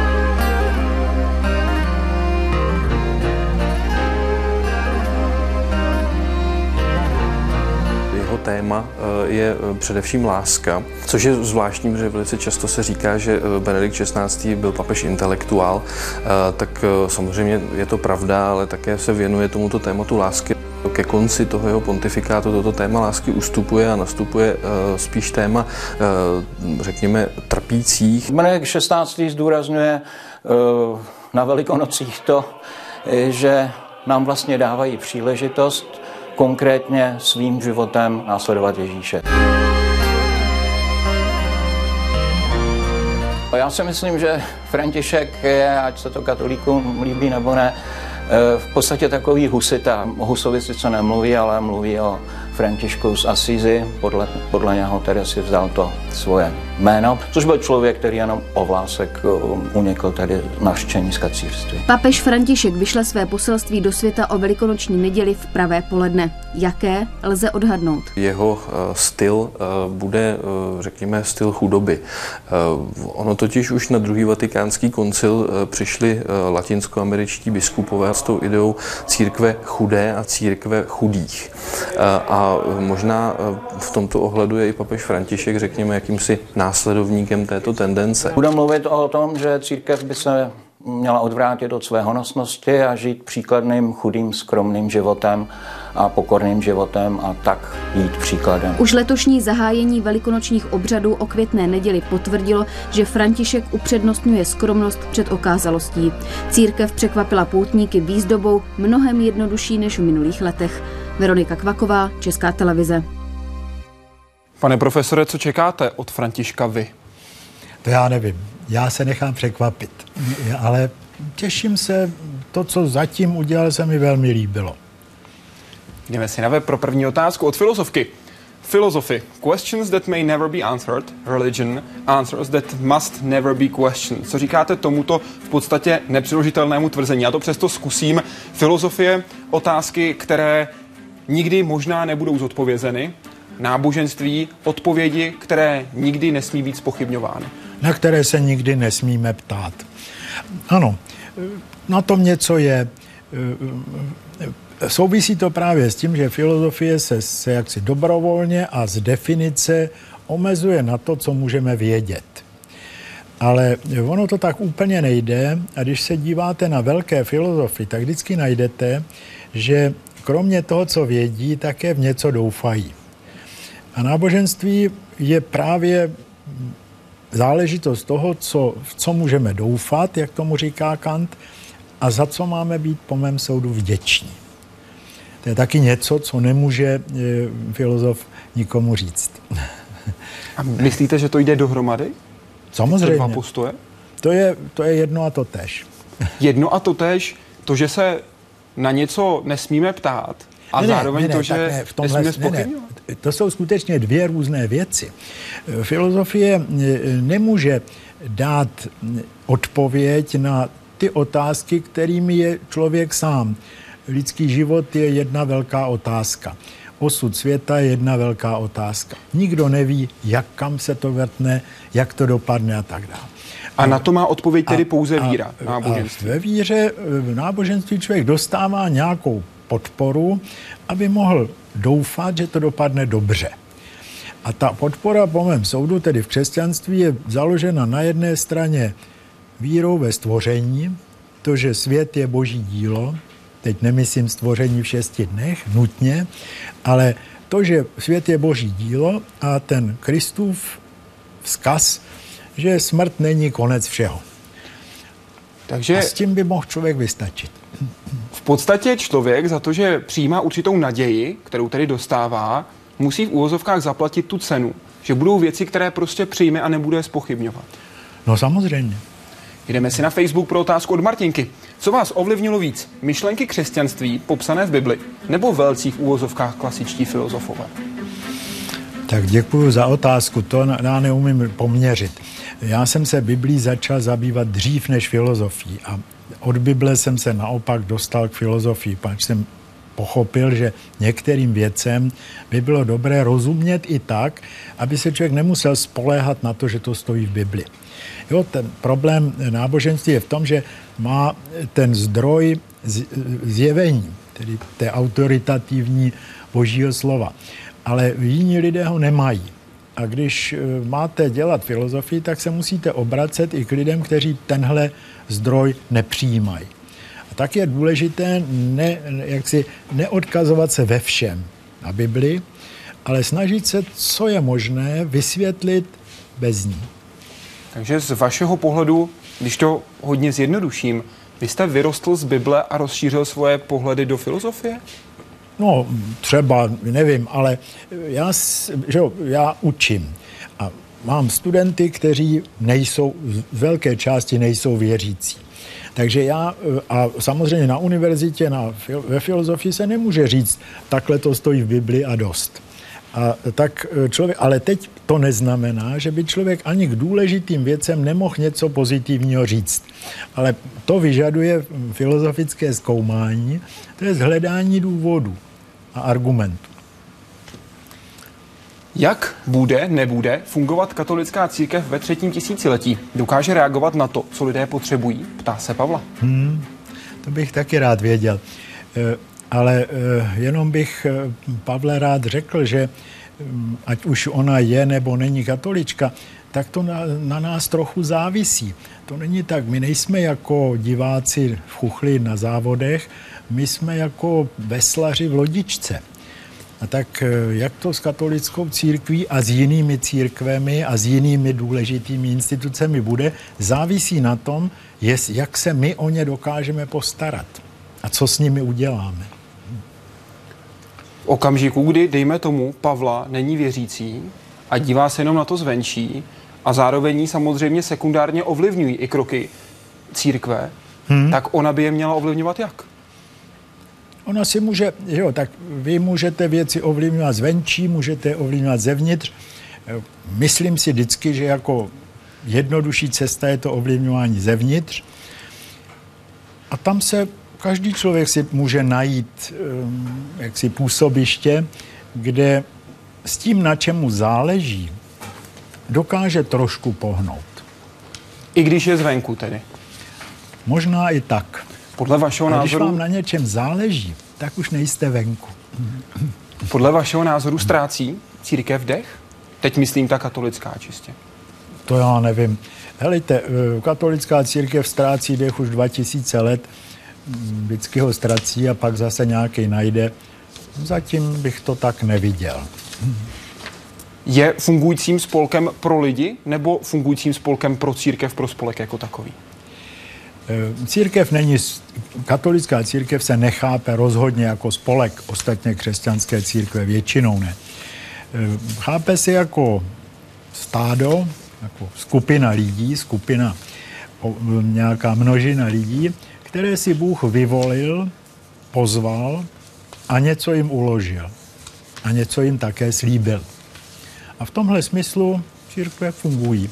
Téma je především láska, což je zvláštní, protože velice často se říká, že Benedikt šestnáctý. byl papež intelektuál, tak samozřejmě je to pravda, ale také se věnuje tomuto tématu lásky. Ke konci toho jeho pontifikátu toto téma lásky ustupuje a nastupuje spíš téma, řekněme, trpících. Benedikt šestnáctý. zdůrazňuje na Velikonocích to, že nám vlastně dávají příležitost konkrétně svým životem následovat Ježíše. Já si myslím, že František je, ať se to katolíkům líbí nebo ne, v podstatě takový husita. O Husovi sice nemluví, ale mluví o Františku z Asízy, podle, podle něho tedy si vzal to svoje jméno, což byl člověk, který jenom o vlásek unikl tedy nařčení z kacírství. Papež František vyšle své poselství do světa o velikonoční neděli v pravé poledne. Jaké lze odhadnout? Jeho uh, styl uh, bude, uh, řekněme, styl chudoby. Uh, ono totiž už na druhý vatikánský koncil uh, přišli uh, latinskoameričtí biskupové s tou ideou církve chudé a církve chudých. Uh, a možná uh, v tomto ohledu je i papež František, řekněme, jakýmsi následovníkem této tendence. Budu mluvit o tom, že církev by se měla odvrátit od své honosnosti a žít příkladným, chudým, skromným životem a pokorným životem a tak jít příkladem. Už letošní zahájení velikonočních obřadů o Květné neděli potvrdilo, že František upřednostňuje skromnost před okázalostí. Církev překvapila poutníky výzdobou mnohem jednodušší než v minulých letech. Veronika Kvaková, Česká televize. Pane profesore, co čekáte od Františka vy? To já nevím. Já se nechám překvapit. Ale těším se, to, co zatím udělal, se mi velmi líbilo. Jdeme si na web pro první otázku od filozofky. Philosophy. Questions that may never be answered. Religion. Answers that must never be questioned. Co říkáte tomuto v podstatě nepřeložitelnému tvrzení? Já to přesto zkusím. Filozofie. Otázky, které nikdy možná nebudou zodpovězeny. Náboženství. Odpovědi, které nikdy nesmí být zpochybňovány. Na které se nikdy nesmíme ptát. Ano, na tom něco je. Souvisí to právě s tím, že filozofie se, se jaksi dobrovolně a z definice omezuje na to, co můžeme vědět. Ale ono to tak úplně nejde a když se díváte na velké filozofy, tak vždycky najdete, že kromě toho, co vědí, také v něco doufají. A náboženství je právě záležitost toho, co, v co můžeme doufat, jak tomu říká Kant, a za co máme být po mém soudu vděční. To je taky něco, co nemůže e, filozof nikomu říct. A myslíte, že to jde dohromady? Samozřejmě. Dva postoje? To je, to je jedno a to též. Jedno a to též, to, že se na něco nesmíme ptát, a ne, zároveň ne, ne, to, že ne, v tomhle, nesmíme zpochybňovat. Ne, ne. To jsou skutečně dvě různé věci. Filozofie nemůže dát odpověď na ty otázky, kterými je člověk sám. Lidský život je jedna velká otázka. Osud světa je jedna velká otázka. Nikdo neví, jak kam se to vrtne, jak to dopadne a tak dále. A na to má odpověď tedy a, pouze víra, a, náboženství. A ve víře, v náboženství člověk dostává nějakou podporu, aby mohl doufat, že to dopadne dobře. A ta podpora po mém soudu, tedy v křesťanství, je založena na jedné straně vírou ve stvoření, to, že svět je boží dílo, teď nemyslím stvoření v šesti dnech, nutně, ale to, že svět je boží dílo a ten Kristův vzkaz, že smrt není konec všeho. Takže a s tím by mohl člověk vystačit. V podstatě člověk za to, že přijímá určitou naději, kterou tedy dostává, musí v úvozovkách zaplatit tu cenu. Že budou věci, které prostě přijme a nebude je zpochybňovat. No samozřejmě. Jdeme si na Facebook pro otázku od Martinky. Co vás ovlivnilo víc? Myšlenky křesťanství popsané v Bibli nebo velcí v úvozovkách klasičtí filozofové? Tak děkuji za otázku, to já neumím poměřit. Já jsem se Biblí začal zabývat dřív než filozofií a od Bible jsem se naopak dostal k filozofii, protože jsem pochopil, že některým věcem by bylo dobré rozumět i tak, aby se člověk nemusel spoléhat na to, že to stojí v Bibli. Jo, ten problém náboženství je v tom, že má ten zdroj zjevení, tedy té autoritativní božího slova. Ale jiní lidé ho nemají. A když máte dělat filozofii, tak se musíte obracet i k lidem, kteří tenhle zdroj nepřijímají. A tak je důležité ne, jaksi neodkazovat se ve všem na Bibli, ale snažit se, co je možné, vysvětlit bez ní. Takže z vašeho pohledu, když to hodně zjednoduším, vy jste vyrostl z Bible a rozšířil svoje pohledy do filozofie? No, třeba, nevím, ale já, že jo, já učím. A mám studenty, kteří nejsou, z velké části nejsou věřící. Takže já, a samozřejmě na univerzitě, na, ve filozofii se nemůže říct, takhle to stojí v Bibli a dost. A tak člověk, ale teď to neznamená, že by člověk ani k důležitým věcem nemohl něco pozitivního říct. Ale to vyžaduje filozofické zkoumání, to je hledání důvodů a argumentů. Jak bude, nebude fungovat katolická církev ve třetím tisíciletí? Dokáže reagovat na to, co lidé potřebují? Ptá se Pavla. Hmm, to bych taky rád věděl. E, ale e, jenom bych e, Pavle rád řekl, že e, ať už ona je nebo není katolička, tak to na, na nás trochu závisí. To není tak, my nejsme jako diváci v chuchli na závodech, my jsme jako veslaři v lodičce. A tak jak to s katolickou církví a s jinými církvemi a s jinými důležitými institucemi bude, závisí na tom, jest, jak se my o ně dokážeme postarat a co s nimi uděláme. V okamžiku, kdy, dejme tomu, Pavla není věřící a dívá se jenom na to zvenčí a zároveň samozřejmě sekundárně ovlivňují i kroky církve, hmm. tak ona by je měla ovlivňovat jak? Ona si může, jo, tak vy můžete věci ovlivňovat zvenčí, můžete ovlivňovat zevnitř. Myslím si vždycky, že jako jednodušší cesta je to ovlivňování zevnitř. A tam se každý člověk si může najít jaksi působiště, kde s tím, na čemu záleží, dokáže trošku pohnout. I když je zvenku tedy? Možná i tak. Podle vašeho názoru... Když vám na něčem záleží, tak už nejste venku. Podle vašeho názoru ztrácí církev dech? Teď myslím ta katolická čistě. To já nevím. Helejte, katolická církev ztrácí dech už dva tisíce let. Vždycky ho ztrací a pak zase nějaký najde. Zatím bych to tak neviděl. Je fungujícím spolkem pro lidi nebo fungujícím spolkem pro církev, pro spolek jako takový? Církev není, katolická církev se nechápe rozhodně jako spolek, ostatně křesťanské církve většinou ne. Chápe se jako stádo, jako skupina lidí, skupina, nějaká množina lidí, které si Bůh vyvolil, pozval a něco jim uložil. A něco jim také slíbil. A v tomhle smyslu církve fungují.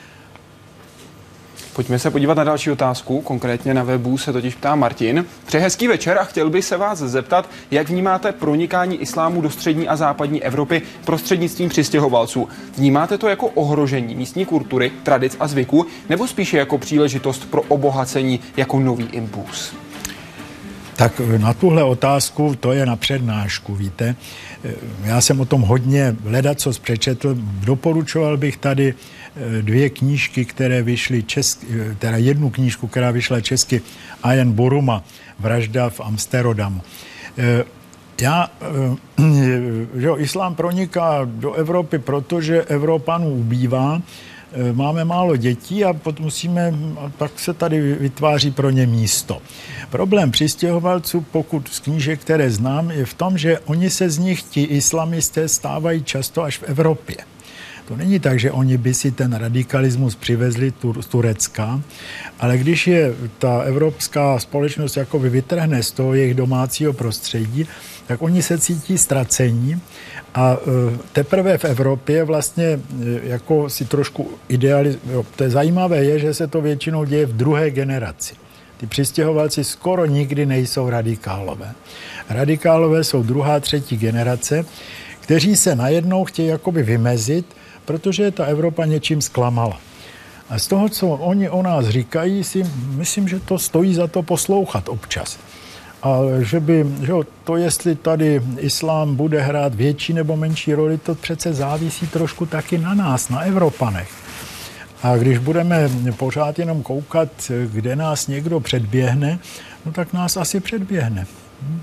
Pojďme se podívat na další otázku, konkrétně na webu se totiž ptá Martin. Přeji hezký večer a chtěl bych se vás zeptat, jak vnímáte pronikání islámu do střední a západní Evropy prostřednictvím přistěhovalců. Vnímáte to jako ohrožení místní kultury, tradic a zvyku, nebo spíše jako příležitost pro obohacení, jako nový impuls? Tak na tuhle otázku, to je na přednášku, víte. Já jsem o tom hodně ledacos přečetl. Doporučoval bych tady dvě knížky, které vyšly česky, teda jednu knížku, která vyšla česky, Ajen Buruma, Vražda v Amsterodamu. Já, jo, islám proniká do Evropy, protože Evropanů ubývá, máme málo dětí a potom musíme, tak se tady vytváří pro ně místo. Problém přistěhovalců, pokud z knížek, které znám, je v tom, že oni se z nich, ti islamisté, stávají často až v Evropě. To není tak, že oni by si ten radikalismus přivezli z Turecka, ale když je ta evropská společnost jakoby vytrhne z toho jejich domácího prostředí, tak oni se cítí ztracení a teprve v Evropě vlastně jako si trošku idealizují. To je zajímavé je, že se to většinou děje v druhé generaci. Ty přistěhovalci skoro nikdy nejsou radikálové. Radikálové jsou druhá, třetí generace, kteří se najednou chtějí jakoby vymezit, protože ta Evropa něčím zklamala. A z toho, co oni o nás říkají, si myslím, že to stojí za to poslouchat občas. A že by, že to, jestli tady islám bude hrát větší nebo menší roli, to přece závisí trošku taky na nás, na Evropanech. A když budeme pořád jenom koukat, kde nás někdo předběhne, no tak nás asi předběhne. Hm?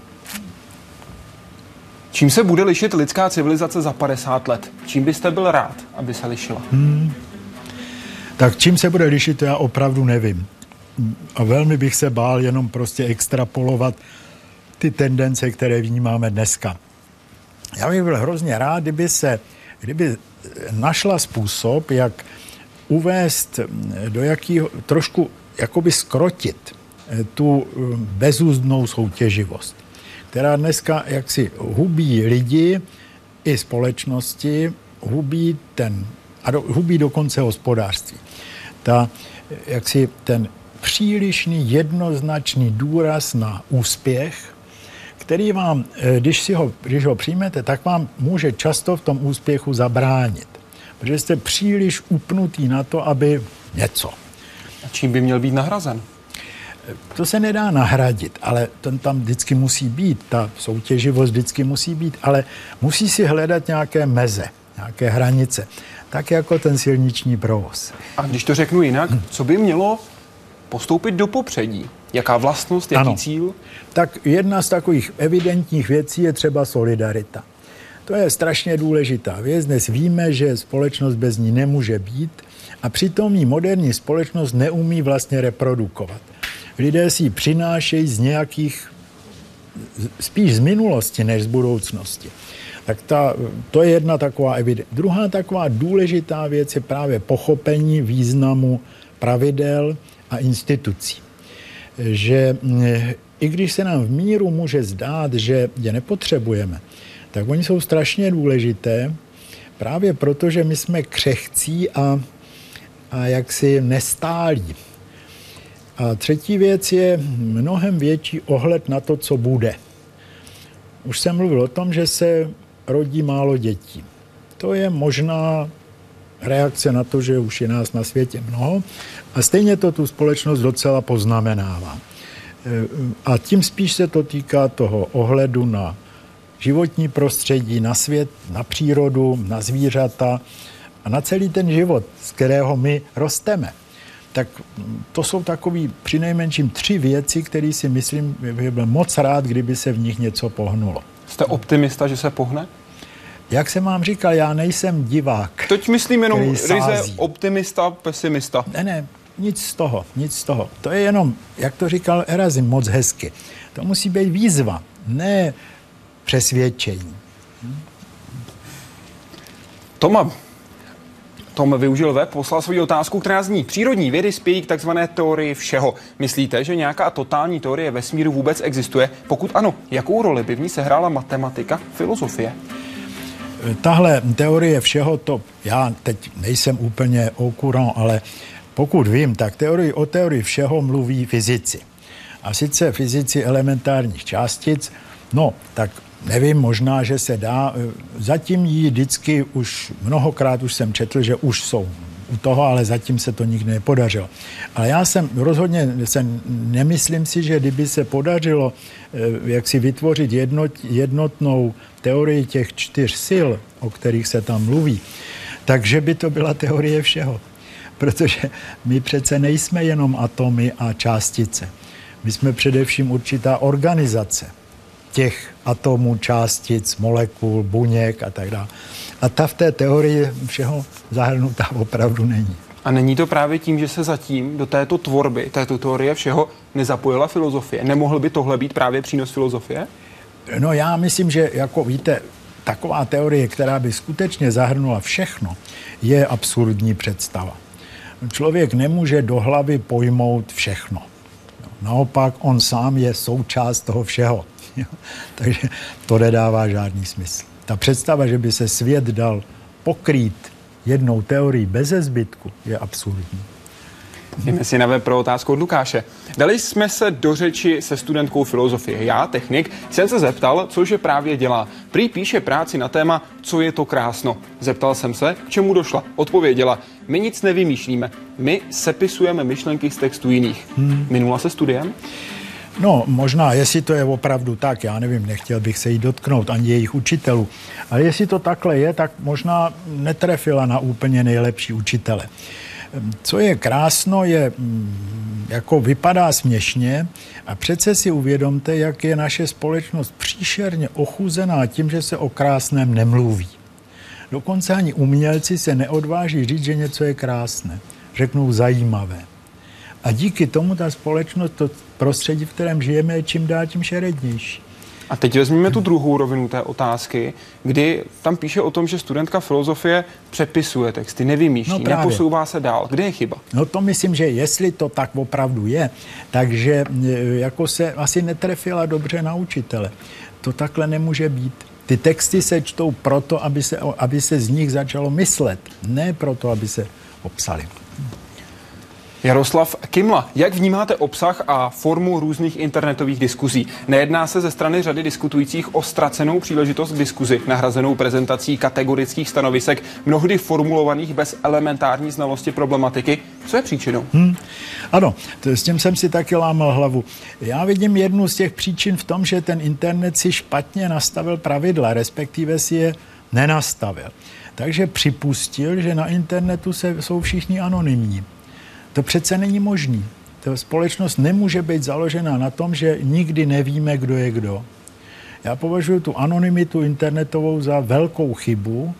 Čím se bude lišit lidská civilizace za padesát let? Čím byste byl rád, aby se lišila? Hmm. Tak čím se bude lišit, to já opravdu nevím. A velmi bych se bál jenom prostě extrapolovat ty tendence, které vnímáme dneska. Já bych byl hrozně rád, kdyby se, kdyby našla způsob, jak uvést do jakého, trošku jakoby skrotit tu bezúzdnou soutěživost, která dneska jaksi hubí lidi i společnosti, hubí ten, a do, hubí dokonce hospodářství. Ta, jaksi ten přílišný jednoznačný důraz na úspěch, který vám, když, si ho, když ho přijmete, tak vám může často v tom úspěchu zabránit. Protože jste příliš upnutý na to, aby něco. A čím by měl být nahrazen? To se nedá nahradit, ale ten tam vždycky musí být, ta soutěživost vždycky musí být, ale musí si hledat nějaké meze, nějaké hranice, tak jako ten silniční provoz. A když to řeknu jinak, co by mělo postoupit do popředí? Jaká vlastnost, jaký ano. cíl? Tak jedna z takových evidentních věcí je třeba solidarita. To je strašně důležitá věc. Dnes víme, že společnost bez ní nemůže být a přitom ji moderní společnost neumí vlastně reprodukovat. Lidé si ji přinášejí z nějakých, spíš z minulosti, než z budoucnosti. Tak ta, to je jedna taková evidentní. Druhá taková důležitá věc je právě pochopení významu pravidel a institucí. Že i když se nám v míru může zdát, že je nepotřebujeme, tak oni jsou strašně důležité právě proto, že my jsme křehcí a, a jaksi nestálí. A třetí věc je mnohem větší ohled na to, co bude. Už jsem mluvil o tom, že se rodí málo dětí. To je možná reakce na to, že už je nás na světě mnoho a stejně to tu společnost docela poznamenává. A tím spíš se to týká toho ohledu na životní prostředí, na svět, na přírodu, na zvířata a na celý ten život, z kterého my rosteme. Tak to jsou takový přinejmenším tři věci, které si myslím, že byl moc rád, kdyby se v nich něco pohnulo. Jste optimista, že se pohne? Jak jsem vám říkal, já nejsem divák. Teď myslím jenom ryze optimista, pesimista. Ne, ne, nic z toho, nic z toho. To je jenom, jak to říkal Erazim moc hezky, to musí být výzva, ne přesvědčení. Toma, Tom využil web, poslal svou otázku, která zní: přírodní vědy spějí k takzvané teorii všeho. Myslíte, že nějaká totální teorie vesmíru vůbec existuje? Pokud ano, jakou roli by v ní sehrála matematika, filozofie? Tahle teorie všeho, to já teď nejsem úplně au courant, ale pokud vím, tak teorii, o teorii všeho mluví fyzici. A sice fyzici elementárních částic, no tak nevím, možná, že se dá, zatím jí vždycky už, mnohokrát už jsem četl, že už jsou u toho, ale zatím se to nikdy nepodařilo. Ale já jsem rozhodně, se, nemyslím si, že kdyby se podařilo jak si vytvořit jednot, jednotnou teorii těch čtyř sil, o kterých se tam mluví, takže by to byla teorie všeho. Protože my přece nejsme jenom atomy a částice. My jsme především určitá organizace těch atomů, částic, molekul, buněk a tak dále. A ta v té teorii všeho zahrnutá opravdu není. A není to právě tím, že se zatím do této tvorby, této teorie všeho nezapojila filozofie? Nemohl by tohle být právě přínos filozofie? No já myslím, že jako víte, taková teorie, která by skutečně zahrnula všechno, je absurdní představa. Člověk nemůže do hlavy pojmout všechno. Naopak on sám je součást toho všeho. Takže to nedává žádný smysl. Ta představa, že by se svět dal pokrýt jednou teorií beze zbytku, je absurdní. Jdeme si na web pro otázku od Lukáše. Dali jsme se do řeči se studentkou filozofie. Já, technik, jsem se zeptal, cože právě dělá. Prý píše práci na téma, co je to krásno. Zeptal jsem se, k čemu došla. Odpověděla: my nic nevymýšlíme. My sepisujeme myšlenky z textů jiných. Hmm. Minula se studiem? No, možná, jestli to je opravdu tak, já nevím, nechtěl bych se jí dotknout, ani jejich učitelů. Ale jestli to takhle je, tak možná netrefila na úplně nejlepší učitele. Co je krásno, je, jako vypadá směšně a přece si uvědomte, jak je naše společnost příšerně ochuzená tím, že se o krásném nemluví. Dokonce ani umělci se neodváží říct, že něco je krásné. Řeknou zajímavé. A díky tomu ta společnost, to prostředí, v kterém žijeme, je čím dál tím šerednější. A teď vezmeme tu druhou rovinu té otázky, kdy tam píše o tom, že studentka filozofie přepisuje texty, nevymýšlí, no neposouvá se dál. Kde je chyba? No to myslím, že jestli to tak opravdu je, takže jako se asi netrefila dobře na učitele. To takhle nemůže být. Ty texty se čtou proto, aby se, aby se z nich začalo myslet, ne proto, aby se obsali. Jaroslav Kymla, jak vnímáte obsah a formu různých internetových diskuzí? Nejedná se ze strany řady diskutujících o ztracenou příležitost k diskuzi, nahrazenou prezentací kategorických stanovisek, mnohdy formulovaných bez elementární znalosti problematiky? Co je příčinou? Hmm. Ano, to, s tím jsem si taky lámal hlavu. Já vidím jednu z těch příčin v tom, že ten internet si špatně nastavil pravidla, respektive si je nenastavil. Takže připustil, že na internetu se, jsou všichni anonymní. To přece není možný. Ta společnost nemůže být založena na tom, že nikdy nevíme, kdo je kdo. Já považuji tu anonymitu internetovou za velkou chybu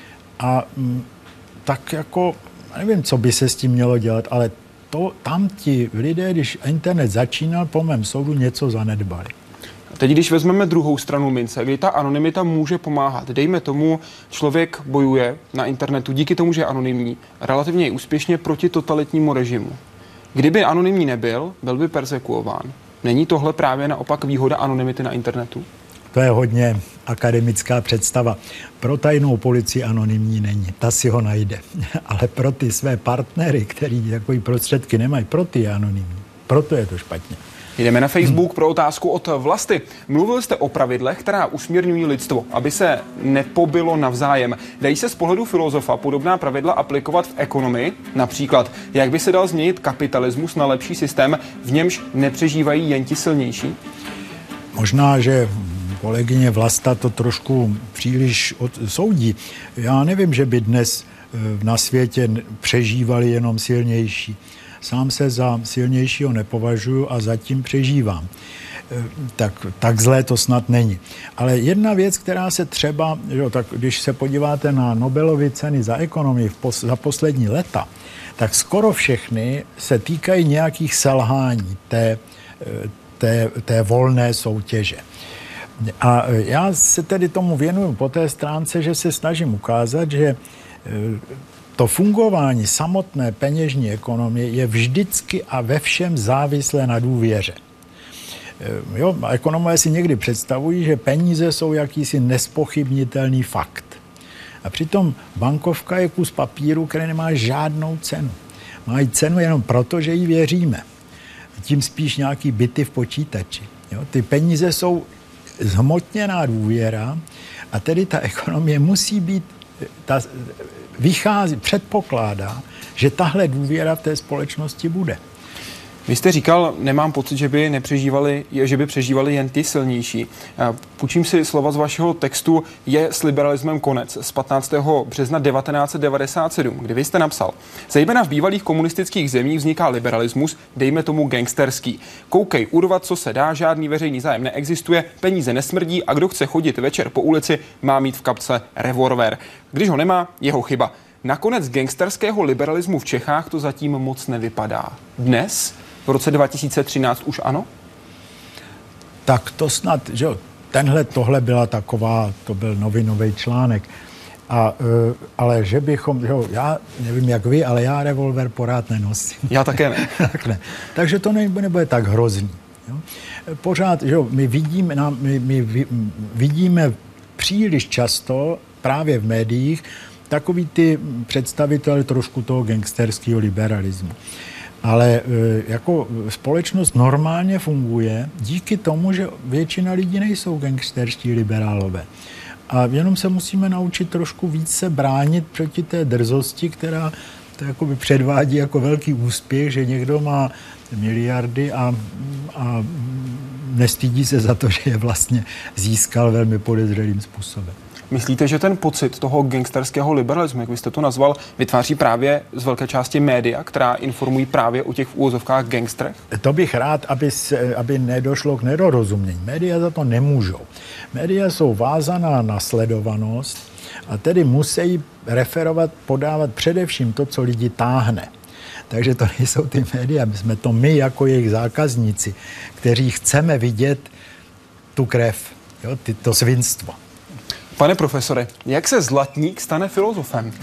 a m, tak jako, nevím, co by se s tím mělo dělat, ale to, tam ti lidé, když internet začínal, po mém soudu něco zanedbali. Teď, když vezmeme druhou stranu mince, kdy ta anonymita může pomáhat, dejme tomu, člověk bojuje na internetu díky tomu, že je anonymní, relativně úspěšně proti totalitnímu režimu. Kdyby anonymní nebyl, byl by perzekuován. Není tohle právě naopak výhoda anonymity na internetu? To je hodně akademická představa. Pro tajnou policii anonymní není, ta si ho najde. Ale pro ty své partnery, který takový prostředky nemají, pro ty je anonymní. Proto je to špatně. Jdeme na Facebook pro otázku od Vlasty. Mluvil jste o pravidlech, která usměrňují lidstvo, aby se nepobilo navzájem. Dají se z pohledu filozofa podobná pravidla aplikovat v ekonomii? Například, jak by se dal změnit kapitalismus na lepší systém, v němž nepřežívají jen ti silnější? Možná, že kolegyně Vlasta to trošku příliš soudí. Já nevím, že by dnes na světě přežívali jenom silnější. Sám se za silnějšího nepovažuji a zatím přežívám. Tak, tak zlé to snad není. Ale jedna věc, která se třeba, že, tak když se podíváte na Nobelovy ceny za ekonomii v pos, za poslední léta, tak skoro všechny se týkají nějakých selhání té, té, té volné soutěže. A já se tedy tomu věnuju po té stránce, že se snažím ukázat, že to fungování samotné peněžní ekonomie je vždycky a ve všem závislé na důvěře. Jo, ekonomové si někdy představují, že peníze jsou jakýsi nespochybnitelný fakt. A přitom bankovka je kus papíru, který nemá žádnou cenu. Mají cenu jenom proto, že jí věříme. Tím spíš nějaký byty v počítači. Jo, ty peníze jsou zhmotněná důvěra a tedy ta ekonomie musí být, ta vychází, předpokládá, že tahle důvěra v té společnosti bude. Vy jste říkal, nemám pocit, že by nepřežívali, že by přežívali jen ty silnější. Půjčím si slova z vašeho textu Je s liberalismem konec z patnáctého března devatenáct set devadesát sedm, kdy vy jste napsal: zejména v bývalých komunistických zemích vzniká liberalismus, dejme tomu gangsterský. Koukej, urvat, co se dá, žádný veřejný zájem neexistuje, peníze nesmrdí a kdo chce chodit večer po ulici, má mít v kapse revolver. Když ho nemá, jeho chyba. Nakonec gangsterského liberalismu v Čechách to zatím moc nevypadá. Dnes, v roce dva tisíce třináct, už ano? Tak to snad, že jo, tenhle, tohle byla taková, to byl novinový článek. A, ale že bychom, že jo, já nevím jak vy, ale já revolver pořád nenosím. Já také ne. tak ne. Takže to nebude, nebude tak hrozný. Jo. Pořád, že jo, my vidíme, my, my vidíme příliš často právě v médiích takový ty představitelé trošku toho gangsterského liberalismu. Ale jako společnost normálně funguje díky tomu, že většina lidí nejsou gangsterští liberálové. A jenom se musíme naučit trošku víc se bránit proti té drzosti, která to jakoby předvádí jako velký úspěch, že někdo má miliardy a, a nestydí se za to, že je vlastně získal velmi podezřelým způsobem. Myslíte, že ten pocit toho gangsterského liberalismu, jak vy jste to nazval, vytváří právě z velké části média, která informují právě o těch v úvozovkách gangstrech? To bych rád, aby, se, aby nedošlo k nedorozumění. Média za to nemůžou. Média jsou vázaná na sledovanost a tedy musí referovat, podávat především to, co lidi táhne. Takže to nejsou ty média, my jsme to my jako jejich zákazníci, kteří chceme vidět tu krev. Jo, ty, to svinstvo. Pane profesore, jak se zlatník stane filozofem?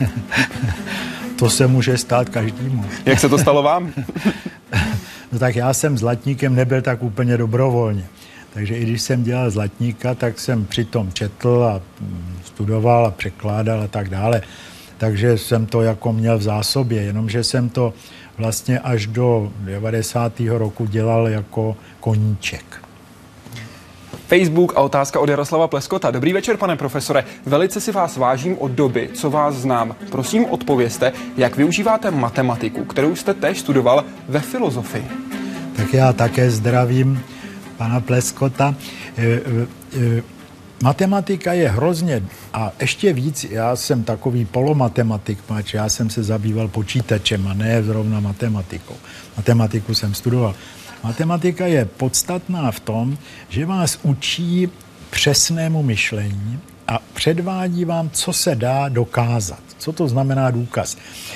To se může stát každému. Jak se to stalo vám? No tak já jsem zlatníkem nebyl tak úplně dobrovolně. Takže i když jsem dělal zlatníka, tak jsem přitom četl a studoval a překládal a tak dále. Takže jsem to jako měl v zásobě, jenomže jsem to vlastně až do devadesátého roku dělal jako koníček. Facebook a otázka od Jaroslava Pleskota. Dobrý večer, pane profesore. Velice si vás vážím od doby, co vás znám. Prosím, odpovězte, jak využíváte matematiku, kterou jste též studoval ve filozofii. Tak já také zdravím pana Pleskota. E, e, e, matematika je hrozně, a ještě víc, já jsem takový polomatematik, páč, já jsem se zabýval počítačem a ne zrovna matematikou. Matematiku jsem studoval. Matematika je podstatná v tom, že vás učí přesnému myšlení a předvádí vám, co se dá dokázat. Co to znamená důkaz?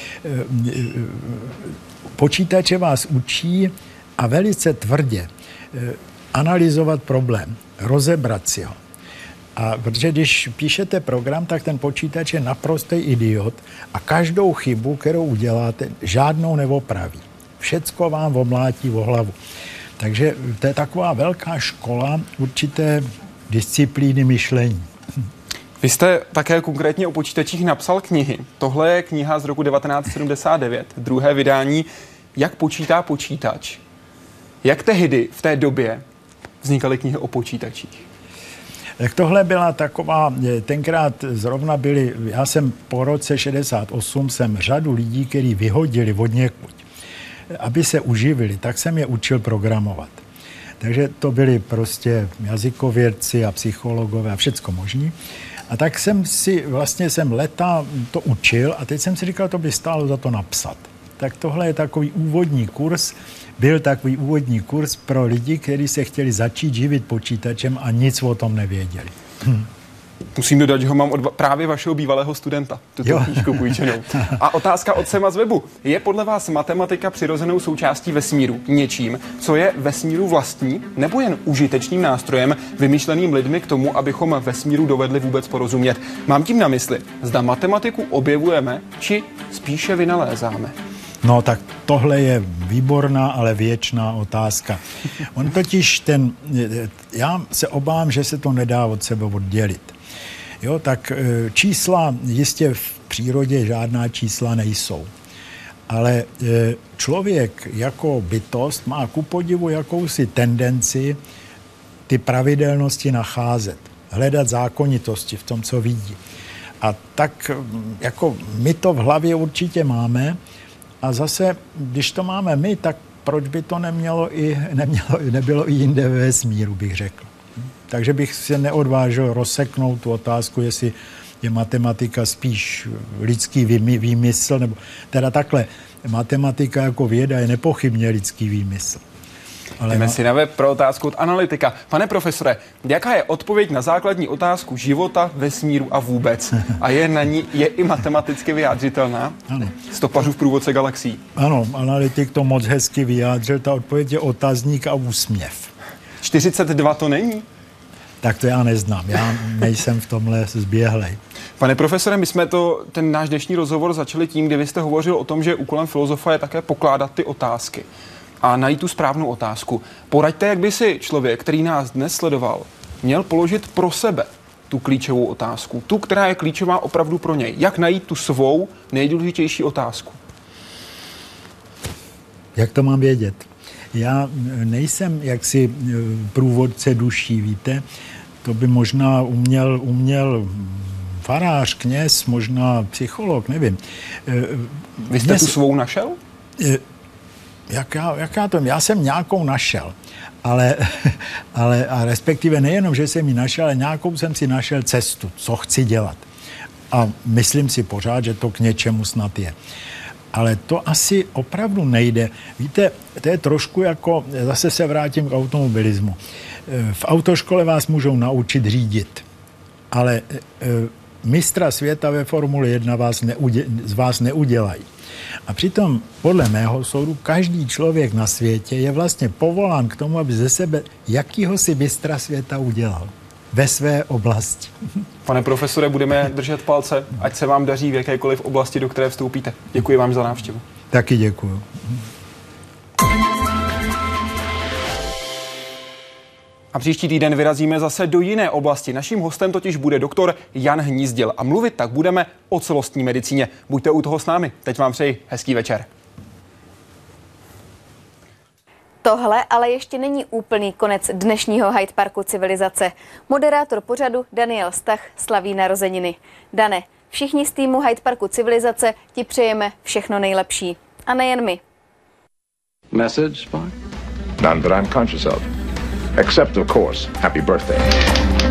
Počítače vás učí a velice tvrdě analyzovat problém, rozebrat si ho. A protože když píšete program, tak ten počítač je naprostý idiot a každou chybu, kterou uděláte, žádnou neopraví. Všecko vám omlátí o hlavu. Takže to je taková velká škola určité disciplíny myšlení. Vy jste také konkrétně o počítačích napsal knihy. Tohle je kniha z roku devatenáct sedmdesát devět, druhé vydání. Jak počítá počítač? Jak tehdy, v té době, vznikaly knihy o počítačích? Tak tohle byla taková, tenkrát zrovna byli, já jsem po roce šedesát osm jsem řadu lidí, kteří vyhodili od někud, aby se uživili, tak jsem je učil programovat. Takže to byli prostě jazykovědci a psychologové a všecko možný. A tak jsem si, vlastně jsem leta to učil a teď jsem si říkal, to by stálo za to napsat. Tak tohle je takový úvodní kurz, byl takový úvodní kurz pro lidi, kteří se chtěli začít živit počítačem a nic o tom nevěděli. Hm. Musím dodat, že ho mám od právě vašeho bývalého studenta, tuto knížku půjčenou. A otázka od Sema z webu. Je podle vás matematika přirozenou součástí vesmíru něčím, co je vesmíru vlastní, nebo jen užitečným nástrojem vymyšleným lidmi k tomu, abychom vesmíru dovedli vůbec porozumět? Mám tím na mysli, zda matematiku objevujeme, či spíše vynalézáme? No tak tohle je výborná, ale věčná otázka. On totiž ten, já se obávám, že se to nedá od sebe oddělit. Jo, tak čísla, jistě v přírodě žádná čísla nejsou. Ale člověk jako bytost má ku podivu jakousi tendenci ty pravidelnosti nacházet, hledat zákonitosti v tom, co vidí. A tak jako my to v hlavě určitě máme, a zase, když to máme my, tak proč by to nemělo i, nemělo, nebylo i jinde ve vesmíru, bych řekl. Takže bych se neodvážil rozseknout tu otázku, jestli je matematika spíš lidský výmysl, nebo teda takhle, matematika jako věda je nepochybně lidský výmysl. Ale Jdeme ma... si na web pro otázku od analytika. Pane profesore, jaká je odpověď na základní otázku života, vesmíru a vůbec? A je na ní je i matematicky vyjádřitelná? Ano. Stopařův průvodce galaxií. Ano, analytik to moc hezky vyjádřil. Ta odpověď je otazník a úsměv. čtyřicet dva to není? Tak to já neznám. Já nejsem v tomhle zběhlej. Pane profesore, my jsme to, ten náš dnešní rozhovor začali tím, kdy vy jste hovořil o tom, že úkolem filozofa je také pokládat ty otázky a najít tu správnou otázku. Poraďte, jak by si člověk, který nás dnes sledoval, měl položit pro sebe tu klíčovou otázku, tu, která je klíčová opravdu pro něj. Jak najít tu svou nejdůležitější otázku? Jak to mám vědět? Já nejsem jaksi průvodce duší, víte? To by možná uměl, uměl farář, kněz, možná psycholog, nevím. Vy jste Dnes... tu svou našel? Jak já, jak já to, já jsem nějakou našel, ale, ale a respektive nejenom, že jsem ji našel, ale nějakou jsem si našel cestu, co chci dělat. A myslím si pořád, že to k něčemu snad je. Ale to asi opravdu nejde. Víte, to je trošku jako, zase se vrátím k automobilismu. V autoškole vás můžou naučit řídit, ale mistra světa ve Formule jedna vás neudě, z vás neudělají. A přitom, podle mého soudu, každý člověk na světě je vlastně povolán k tomu, aby ze sebe jakýho si mistra světa udělal. ve své oblasti. Pane profesore, budeme držet palce, ať se vám daří v jakékoliv oblasti, do které vstoupíte. Děkuji vám za návštěvu. Taky děkuji. A příští týden vyrazíme zase do jiné oblasti. Naším hostem totiž bude doktor Jan Hnízdil a mluvit tak budeme o celostní medicíně. Buďte u toho s námi. Teď vám přeji hezký večer. Tohle ale ještě není úplný konec dnešního Hyde Parku civilizace. Moderátor pořadu Daniel Stach slaví narozeniny. Dane, všichni z týmu Hyde Parku civilizace ti přejeme všechno nejlepší. A nejen my. Message, Spock? None that I'm conscious of. Except, of course, happy birthday.